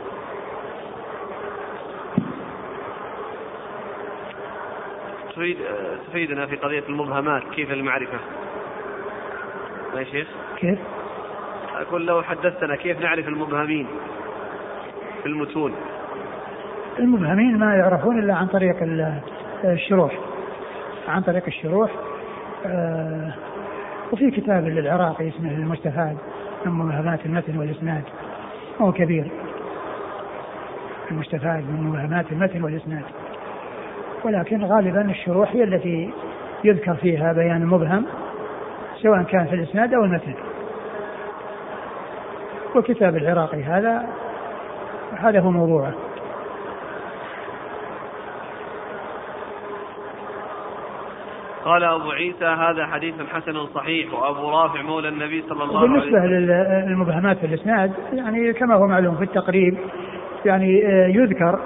تفيدنا في قضية المبهمات كيف المعرفة يا شيخ؟ كيف؟ أقول لو حدثتنا كيف نعرف المبهمين في المتون. المبهمين ما يعرفون إلا عن طريق الشروح، وفي كتاب للعراقي اسمه المستفاد من مبهمات المتن والإسناد، هو كبير. المستفاد من مبهمات المتن والإسناد. ولكن غالبا الشروح هي التي يذكر فيها بيان المبهم سواء كان في الإسناد أو المتن. وكتاب العراقي هذا هو موضوعه. قال أبو عيسى هذا حديث حسن صحيح. وأبو رافع مولى النبي صلى الله عليه وسلم. بالنسبة للمبهمات في الإسناد يعني كما هو معلوم في التقريب يعني يذكر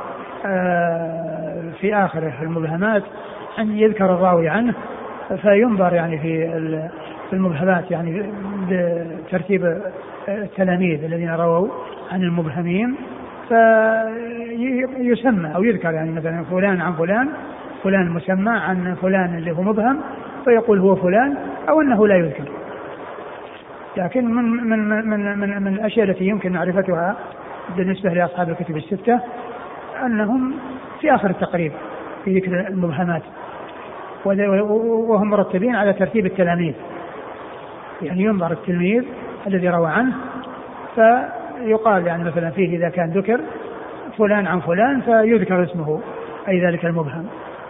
في آخره المبهمات أن يذكر الراوي عنه فينظر يعني في المبهمات يعني بترتيب التلاميذ الذين رووا عن المبهمين فيسمى أو يذكر يعني مثلا فلان عن فلان مسمى عن فلان اللي هو مبهم فيقول هو فلان أو أنه لا يذكر. لكن من الأشياء التي يمكن معرفتها بالنسبة لأصحاب الكتب الستة أنهم في آخر التقريب في ذكر المبهمات وهم مرتبين على ترتيب التلاميذ. يعني ينظر التلميذ الذي روى عنه فيقال يعني مثلا فيه إذا كان ذكر فلان عن فلان فيذكر اسمه أي ذلك المبهم.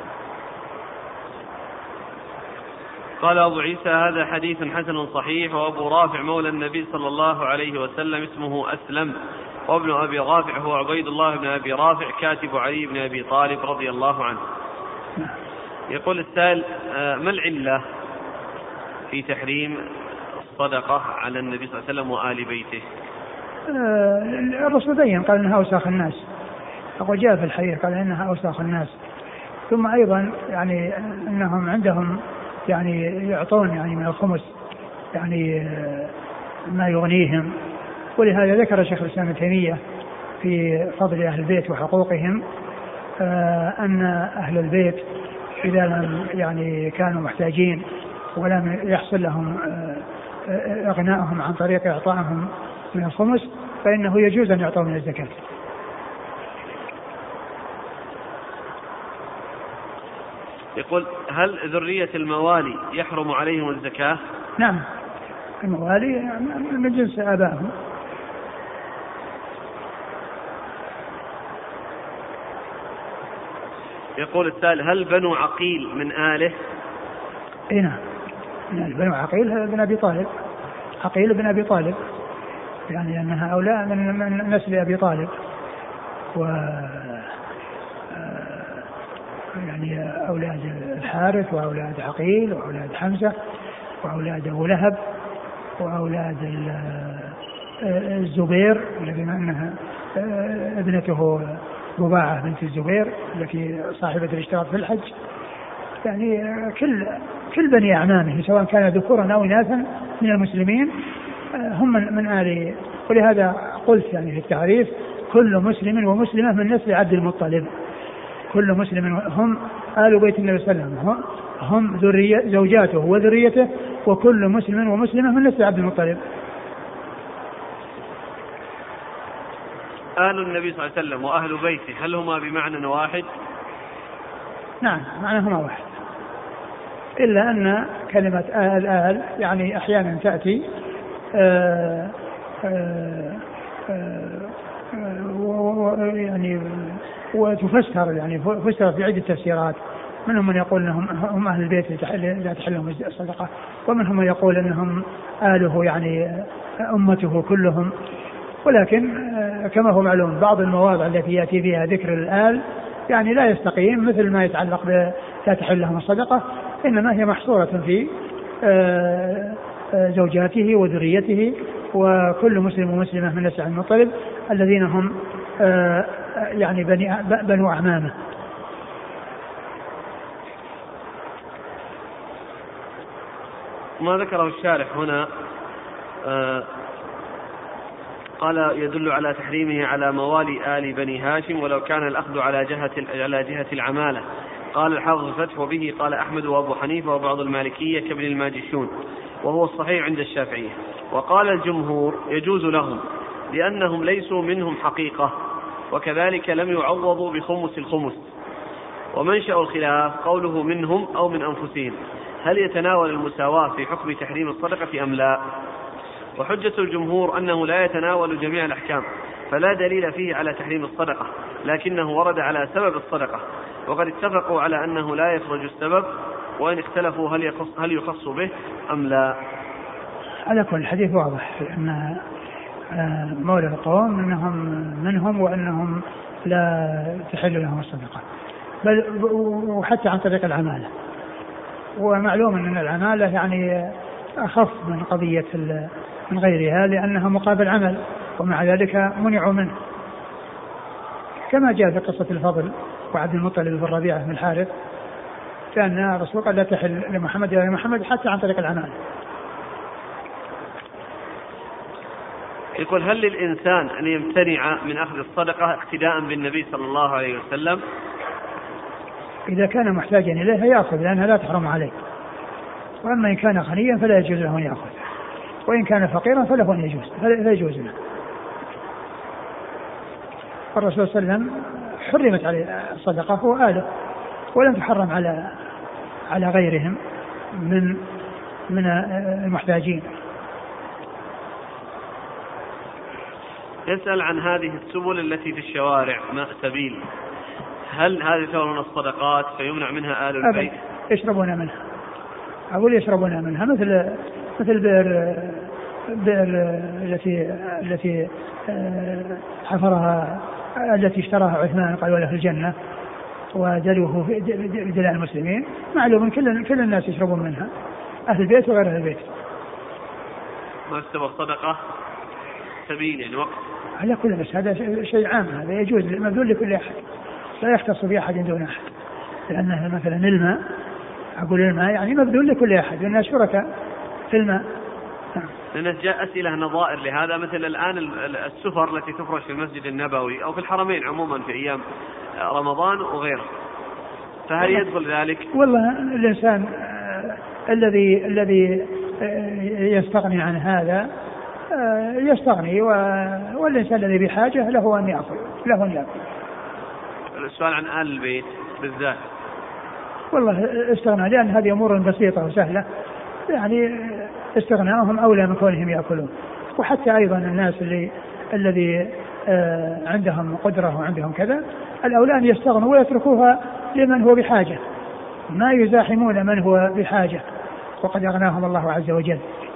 قال أبو عيسى هذا حديث حسن صحيح. وأبو رافع مولى النبي صلى الله عليه وسلم اسمه أسلم. وابن أبي رافع هو عبيد الله بن أبي رافع كاتب علي بن أبي طالب رضي الله عنه. يقول السائل ما العلة في تحريم الصدقة على النبي صلى الله عليه وسلم وآل بيته؟ الرسول بين قال إنها أوساخ الناس وجاء في الحديث قال إنها أوساخ الناس. ثم أيضا يعني أنهم عندهم يعني يعطون يعني من الخمس يعني ما يغنيهم. ولهذا ذكر شيخ الإسلام ابن تيمية في فضل أهل البيت وحقوقهم أن أهل البيت إذا لم يعني كانوا محتاجين ولم يحصل لهم إغناءهم عن طريق إعطائهم من الخمس فإنه يجوز أن يعطوا من الزكاة. يقول هل ذرية الموالي يحرم عليهم الزكاة؟ نعم الموالي من جنس آبائهم. يقول السائل هل بنو عقيل من آله؟ اي نعم بنو عقيل بن أبي طالب. عقيل بن أبي طالب يعني أن هؤلاء من نسل أبي طالب و يعني أولاد الحارث وأولاد عقيل وأولاد حمزة وأولاد أبو لهب وأولاد الزبير الذي أنها ابنته رباعة بنت الزبير التي صاحبة الاشتراك في الحج. يعني كل بني أعمامه سواء كان ذكورا أو إناثا من المسلمين هم من آل. ولهذا قلت يعني في التعريف كل مسلم ومسلمة من نسل عبد المطلب. كل مسلم هم آل بيت النبي صلى الله عليه وسلم هم ذرية زوجاته وذريته وكل مسلم ومسلمة من نسل عبد المطلب. آل النبي صلى الله عليه وسلم وأهل بيته هل هما بمعنى واحد؟ نعم معناهما واحد إلا أن كلمة آل يعني أحيانا تأتي يعني وتفسر يعني فسر في عدة تفسيرات. منهم من يقول أنهم هم أهل البيت لا تحلهم الصدقة ومنهم من يقول أنهم آله يعني أمته كلهم. ولكن كما هو معلوم بعض المواضع التي يأتي فيها ذكر الآل يعني لا يستقيم مثل ما يتعلق لا تحل لهم الصدقة إنما هي محصورة في زوجاته وذريته وكل مسلم ومسلمة من نسل المطلب الذين هم يعني بنو أعمامه. ما ذكره الشارح هنا قال يدل على تحريمه على موالي آل بني هاشم ولو كان الأخذ على جهة العمالة. قال الحافظ الفتح وبه قال أحمد وأبو حنيفة وبعض المالكية كابن الماجشون وهو الصحيح عند الشافعية. وقال الجمهور يجوز لهم لأنهم ليسوا منهم حقيقة وكذلك لم يعوضوا بخمس الخمس. ومنشأ الخلاف قوله منهم أو من أنفسهم هل يتناول المساواة في حكم تحريم الصدقة أم لا؟ وحجة الجمهور أنه لا يتناول جميع الأحكام فلا دليل فيه على تحريم الصدقة لكنه ورد على سبب الصدقة، وقد اتفقوا على أنه لا يخرج السبب، وإن اختلفوا هل يخص به أم لا. على كل الحديث واضح أن مولى القوم منهم وأنهم لا تحل لهم الصدقة، بل وحتى عن طريق العمالة، ومعلوم أن العمالة يعني أخف من قضية من غيرها لأنها مقابل عمل، ومع ذلك منعوا منه، كما جاء في قصة الفضل وعبد المطلب بن ربيعة بن الحارث، كان الرسول قال لا تحل لمحمد يا محمد حتى عن طريق العمالة. يقول هل للإنسان أن يمتنع من أخذ الصدقة اقتداء بالنبي صلى الله عليه وسلم؟ إذا كان محتاجا إليها يأخذ لأنها لا تحرم عليه، وأما إن كان غنيا فلا يجوز له أن يأخذ، وإن كان فقيرا فله أن يجوز، فلا يجوز له. الرسول صلى الله عليه وسلم حرمت عليه الصدقة وآله، ولم تحرم على غيرهم من المحتاجين. يسأل عن هذه السبل التي في الشوارع، ماء سبيل، هل هذه تعتبر من الصدقات فيمنع منها آل البيت؟ يشربون منها، أقول يشربون منها، مثل بئر التي حفرها التي اشتراها عثمان قال وله في الجنة، ودلوه في دلاء المسلمين، معلوم كل الناس يشربون منها، أهل البيت وغير أهل البيت. ما استوى صدقة سبيل يعني وقت على كل، بس هذا شيء عام، هذا يجوز مبذول لكل أحد، لا يختص بأحد دون أحد، لأنه مثلا الماء، أقول الماء يعني مبذول لكل أحد، لأنها شركاء في الماء. لأن جاء أسئلة نظائر لهذا، مثل الآن السفر التي تفرش في المسجد النبوي أو في الحرمين عموما في أيام رمضان وغيره، فهل يدخل ذلك؟ والله الإنسان الذي يستغني عن هذا يستغني، والإنسان الذي بحاجة له أن يأخذ. السؤال عن آل البيت بالذات، والله استغنى، لأن هذه أمور بسيطة وسهلة، يعني استغناءهم أولى من كونهم يأكلون. وحتى أيضا الناس الذي عندهم قدرة وعندهم كذا، الأولى أن يستغنوا ويتركوها لمن هو بحاجة، ما يزاحمون من هو بحاجة، وقد أغناهم الله عز وجل.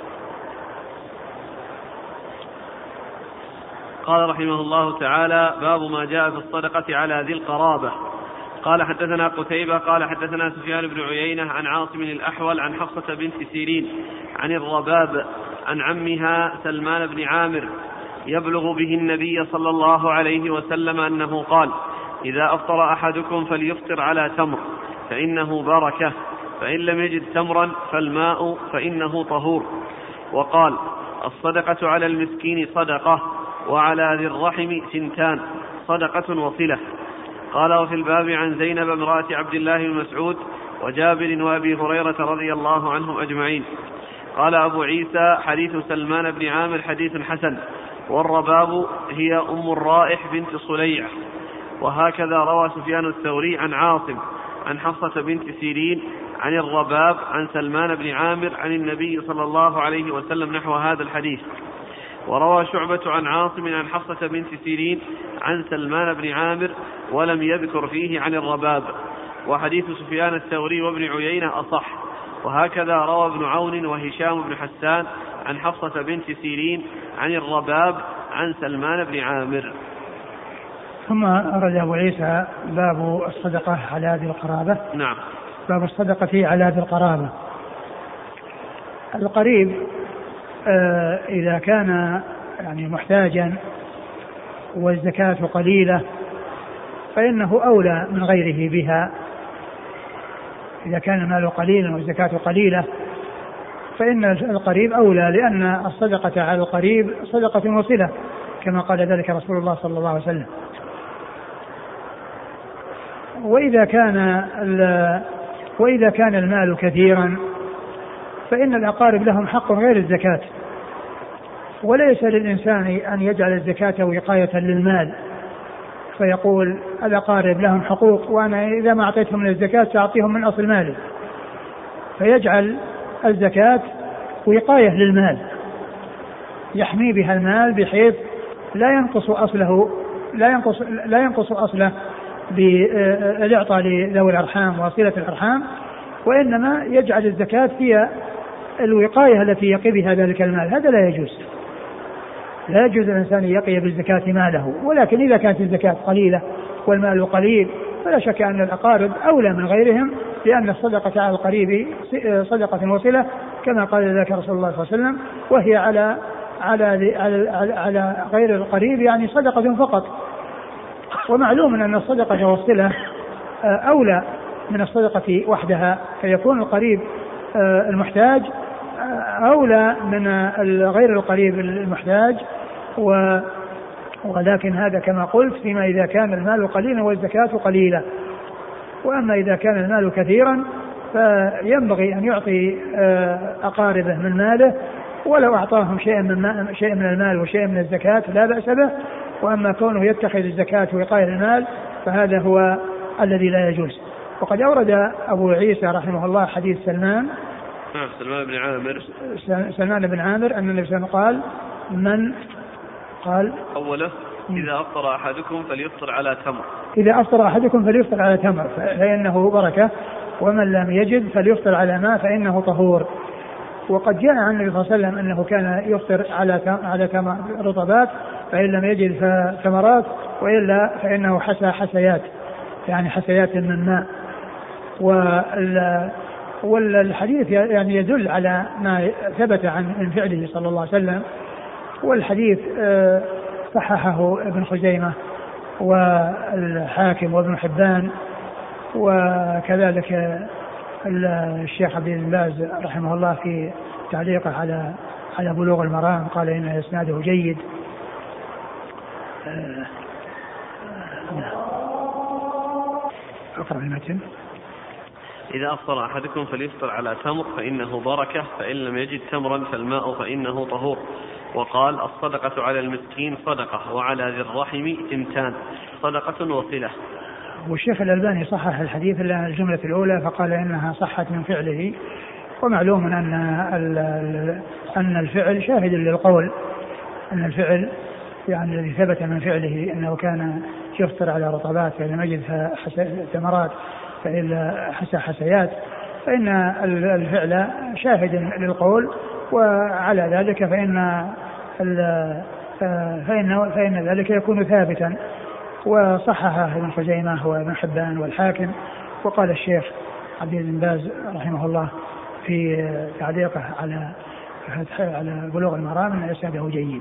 قال رحمه الله تعالى: باب ما جاء في الصدقة على ذي القرابة. قال حدثنا قتيبة قال حدثنا سفيان بن عيينة عن عاصم الأحول عن حفصة بنت سيرين عن الرباب عن عمها سلمان بن عامر يبلغ به النبي صلى الله عليه وسلم أنه قال: إذا أفطر أحدكم فليفطر على تمر فإنه بركة، فإن لم يجد تمرا فالماء فإنه طهور. وقال: الصدقة على المسكين صدقة، وعلى ذي الرحم سنتان، صدقة وصلة. قال: وفي الباب عن زينب امرأة عبد الله بن مسعود وجابر وأبي هريرة رضي الله عنهم أجمعين. قال أبو عيسى: حديث سلمان بن عامر حديث حسن، والرباب هي أم الرائح بنت صليع. وهكذا روى سفيان الثوري عن عاصم عن حفصة بنت سيرين عن الرباب عن سلمان بن عامر عن النبي صلى الله عليه وسلم نحو هذا الحديث. وروى شعبة عن عاصم عن حفصة بنت سيرين عن سلمان بن عامر ولم يذكر فيه عن الرباب. وحديث سفيان الثوري وابن عيينة أصح. وهكذا روى ابن عون وهشام بن حسان عن حفصة بنت سيرين عن الرباب عن سلمان بن عامر. ثم أرد أبو عيسى باب الصدقة على ذي القرابة. نعم. باب الصدقة على ذي القرابة. القريب إذا كان يعني محتاجا والزكاة قليلة فإنه أولى من غيره بها. إذا كان المال قليلا والزكاة قليلة فإن القريب أولى، لأن الصدقة على القريب صدقة وصلة، كما قال ذلك رسول الله صلى الله عليه وسلم. وإذا كان المال كثيرا فإن الأقارب لهم حق غير الزكاة، وليس للإنسان أن يجعل الزكاة وقاية للمال فيقول الأقارب لهم حقوق وأنا إذا ما أعطيتهم من الزكاة سأعطيهم من أصل مالي، فيجعل الزكاة وقاية للمال يحمي بها المال بحيث لا ينقص أصله لا ينقص أصله بالإعطاء لذوي الأرحام وصلة الأرحام، وإنما يجعل الزكاة هي الوقاية التي يقي بها ذلك المال. هذا لا يجوز. لا يجوز الإنسان يقي بالزكاة ماله، ولكن إذا كانت الزكاة قليلة والمال قليل فلا شك أن الأقارب أولى من غيرهم، لأن الصدقة على القريب صدقة وصلة كما قال ذلك رسول الله صلى الله عليه وسلم، وهي على غير القريب يعني صدقة فقط. ومعلوم أن الصدقة والصلة أولى من الصدقة وحدها، فيكون القريب المحتاج أولى من غير القريب المحتاج، ولكن هذا كما قلت فيما إذا كان المال قليلا والزكاة قليلة. وأما إذا كان المال كثيرا فينبغي أن يعطي أقاربه من ماله، ولو أعطاهم شيئا من المال وشيئا من الزكاة لا بأس به. وأما كونه يتخذ الزكاة وقاية المال فهذا هو الذي لا يجوز. وقد أورد أبو عيسى رحمه الله حديث سلمان بن عامر أن النبي صلى الله عليه وسلم قال أوله إذا أفطر أحدكم فليفطر على تمر فإنه بركة، ومن لم يجد فليفطر على ماء فإنه طهور. وقد جاء عن النبي صلى الله عليه وسلم أنه كان يفطر على تمر رطبات، فإن لم يجد فتمرات، وإلا فإنه حسى حسيات، يعني حسيات من ماء. والحديث يعني يدل على ما ثبت عن فعله صلى الله عليه وسلم. والحديث صححه ابن خزيمة والحاكم وابن حبان، وكذلك الشيخ عبد الباز رحمه الله في تعليقه على بلوغ المرام قال إن إسناده جيد. أقرأ المتن. إذا أفطر أحدكم فليفطر على تمر فإنه بركة، فإن لم يجد تمرا فالماء فإنه طهور. وقال الصدقة على المسكين صدقة، وعلى ذي الرحم تمتان، صدقة وصلة. والشيخ الألباني صحح الحديث إلا الجملة الأولى فقال إنها صحت من فعله. ومعلوم أن الفعل شاهد للقول، أن الفعل يعني الذي ثبت من فعله أنه كان يفطر على رطبات فإن مجد ثمرات فإلا حسيات، فإن الفعل شاهد للقول، وعلى ذلك فإن ذلك يكون ثابتا. وصححه ابن خزيمة وابن حبان والحاكم. وقال الشيخ عبد بن باز رحمه الله في تعليقه على بلوغ المرام أن إسناده جيد.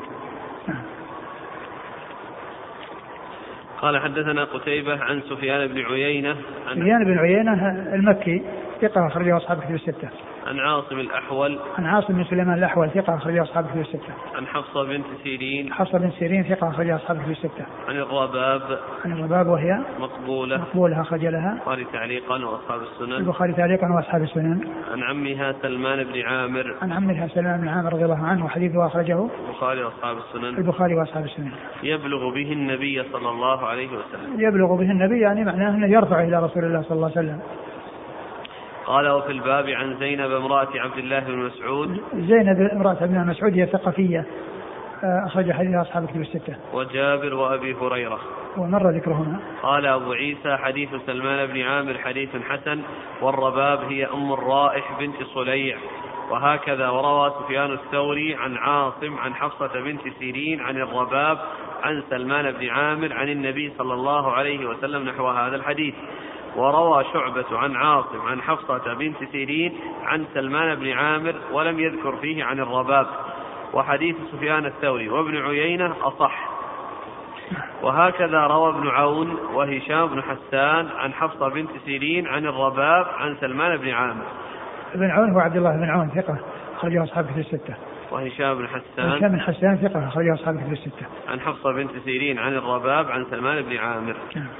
قال حدثنا قتيبة عن سفيان بن عيينة المكي ثقة أخرجه أصحاب الكتب الستة. عن عاصم الأحول عن عاصم بن سليمان الأحول ثقة أخرجه أصحاب الكتب الستة. عن حفصة بنت سيرين ثقة أخرجه أصحاب الكتب الستة. عن الرباب وهي مقبولة أخرج لها البخاري تعليقا وأصحاب السنن. عن عمها سلمان بن عامر رضي الله عنه وحديثه أخرجه البخاري وأصحاب السنن. يبلغ به النبي صلى الله عليه وسلم. يبلغ به النبي يعني معناه أنه يرفع إلى رسول الله صلى الله عليه وسلم. قال وفي الباب عن زينب امرأة عبد الله بن مسعود. زينب امرأة عبد الله بن مسعود هي ثقفية أخرج حديث أصحاب الكتب الستة. وجابر وأبي هريرة ومر ذكرهما. قال أبو عيسى حديث سلمان بن عامر حديث حسن، والرباب هي أم الرائح بنت صليع. وهكذا وروى سفيان الثوري عن عاصم عن حفصة بنت سيرين عن الرباب عن سلمان بن عامر عن النبي صلى الله عليه وسلم نحو هذا الحديث. وروى شعبة عن عاصم عن حفصة بنت سيرين عن سلمان بن عامر ولم يذكر فيه عن الرباب. وحديث سفيان الثوري وابن عيينة أصح. وهكذا روى ابن عون وهشام بن حسان عن حفصة بنت سيرين عن الرباب عن سلمان بن عامر. ابن عون هو عبد الله بن عون ثقة أخرجه أصحاب الكتب الستة. وهشام بن حسان ثقة أخرجه أصحاب الكتب الستة. عن حفصة بنت سيرين عن الرباب عن سلمان بن عامر.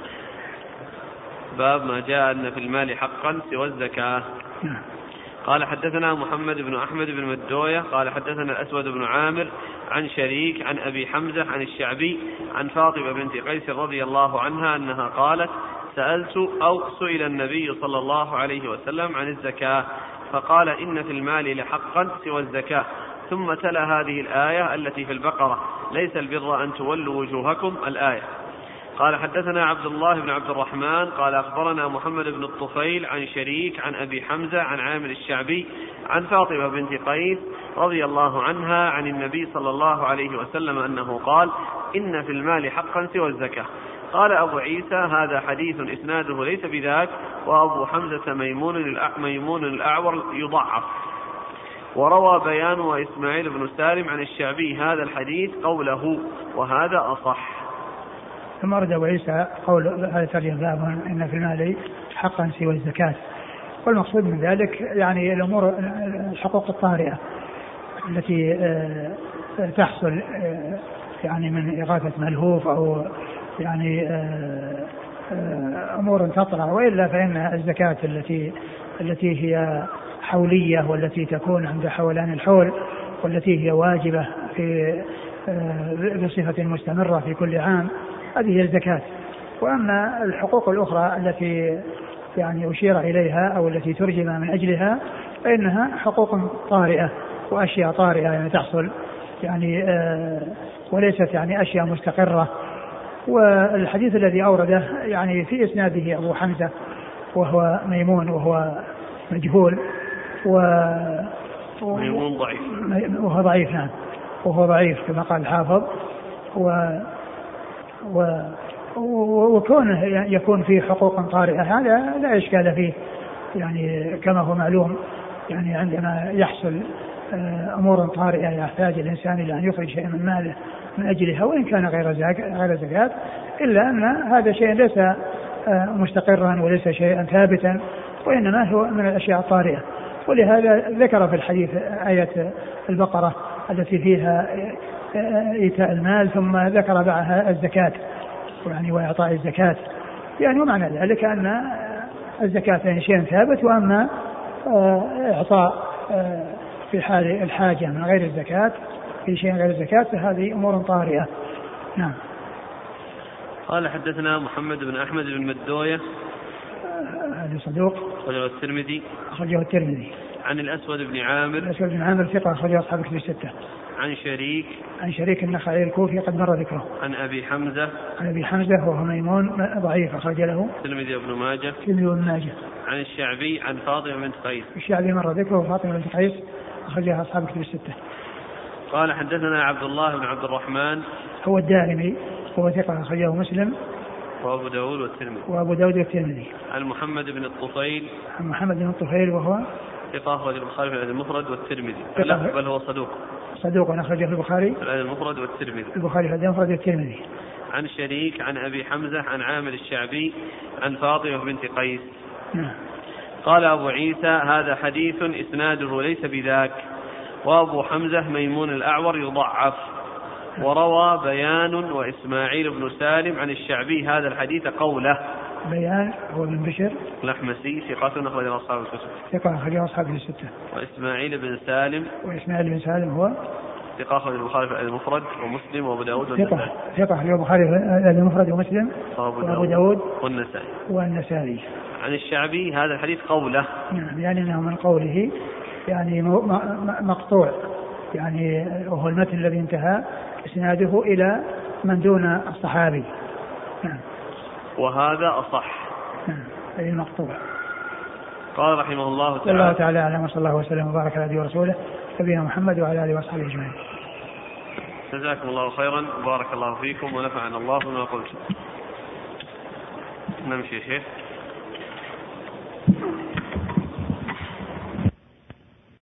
باب ما جاء أن في المال حقا سوى الزكاة. قال حدثنا محمد بن أحمد بن مدوية قال حدثنا الأسود بن عامر عن شريك عن أبي حمزة عن الشعبي عن فاطمة بنت قيس رضي الله عنها أنها قالت سئل النبي صلى الله عليه وسلم عن الزكاة فقال إن في المال لحقا سوى الزكاة، ثم تلا هذه الآية التي في البقرة: ليس البر أن تولوا وجوهكم، الآية. قال حدثنا عبد الله بن عبد الرحمن قال أخبرنا محمد بن الطفيل عن شريك عن أبي حمزة عن عامر الشعبي عن فاطمة بنت قيس رضي الله عنها عن النبي صلى الله عليه وسلم أنه قال: إن في المال حقا سوى الزكاة. قال أبو عيسى: هذا حديث إسناده ليس بذاك، وأبو حمزة ميمون الأعور يضعف. وروى بيان وإسماعيل بن سالم عن الشعبي هذا الحديث قوله، وهذا أصح. ثم أرد أبو عيسى قول هذا ترجم باب إن في المال حقا سوى الزكاة، والمقصود من ذلك يعني الأمور الحقوق الطارئة التي تحصل يعني من إغاثة ملهوف أو يعني أمور تطرأ، وإلا فإن الزكاة التي هي حولية والتي تكون عند حولان الحول والتي هي واجبة بصفة مستمرة في كل عام، هذه هي الزكاة. وأما الحقوق الأخرى التي يعني أشير إليها أو التي ترجم من أجلها فإنها حقوق طارئة وأشياء طارئة يعني تحصل يعني وليست يعني أشياء مستقرة. والحديث الذي أورده يعني في إسناده أبو حمزة وهو ميمون وهو مجهول ميمون ضعيف وهو ضعيف، نعم وهو ضعيف كما قال الحافظ. وكونه يكون فيه حقوق طارئة هذا لا إشكال فيه، يعني كما هو معلوم يعني عندما يحصل أمور طارئة يحتاج الإنسان إلى أن يخرج شيء من ماله من أجلها وإن كان غير زكاة، إلا أن هذا شيء ليس مستقرا وليس شيئا ثابتا، وإنما هو من الأشياء الطارئة. ولهذا ذكر في الحديث آية البقرة التي فيها إيتاء المال، ثم ذكر بعدها الزكاة يعني وإعطاء الزكاة، يعني ومعنى ذلك أن الزكاة شيء ثابت، وأما إعطاء في حال الحاجة من غير الزكاة في شيء غير الزكاة فهذه أمور طارئة. نعم. قال حدثنا محمد بن أحمد بن مدوية هذا صدوق أخرجه الترمذي عن الأسود بن عامر ثقة أخرجه أصحاب الكتب الستة. عن شريك النخعي الكوفي قد مر ذكره. عن أبي حمزة وهو ميمون ضعيف أخرج له الترمذي وابن ماجه. عن الشعبي عن فاطمة بنت قيس. الشعبي مر ذكره وفاطمة بنت قيس أخرجها أصحاب الكتب الستة. قال حدثنا عبد الله بن عبد الرحمن هو الدارمي هو ثقة أخرجه مسلم وأبو داود والترمذي. عن محمد بن الطفيل وهو ثقة أخرج البخاري في الأدب المفرد والترمذي. بل هو صدوق أخرجه البخاري في الأدب المفرد والترمذي. عن شريك عن أبي حمزة عن عامر الشعبي عن فاطمة بنت قيس. قال أبو عيسى: هذا حديث إسناده ليس بذاك، وأبو حمزة ميمون الأعور يضعف. وروى بيان وإسماعيل بن سالم عن الشعبي هذا الحديث قوله. بيان هو بن بشر الأحمسي ثقة أخرجه أصحاب الكتب الستة. وإسماعيل بن سالم هو ثقة أخرجه البخاري في المفرد ومسلم وأبو داود ثقة أخرجه البخاري في المفرد ومسلم وأبو داود والنسائي. عن الشعبي هذا الحديث قوله، يعني أنه من قوله يعني مقطوع، يعني وهو المتن الذي انتهى إسناده إلى من دون الصحابي. وهذا أصح. أي المقطوع. قال رحمه الله تعالى: الله تعالى أعلم، وصلى الله وسلم وبارك على نبينا ورسوله نبينا محمد وعلى آله وصحبه أجمعين. جزاكم الله خيرا وبارك الله فيكم ونفعنا الله بما قلتم. نمشي يا شيخ.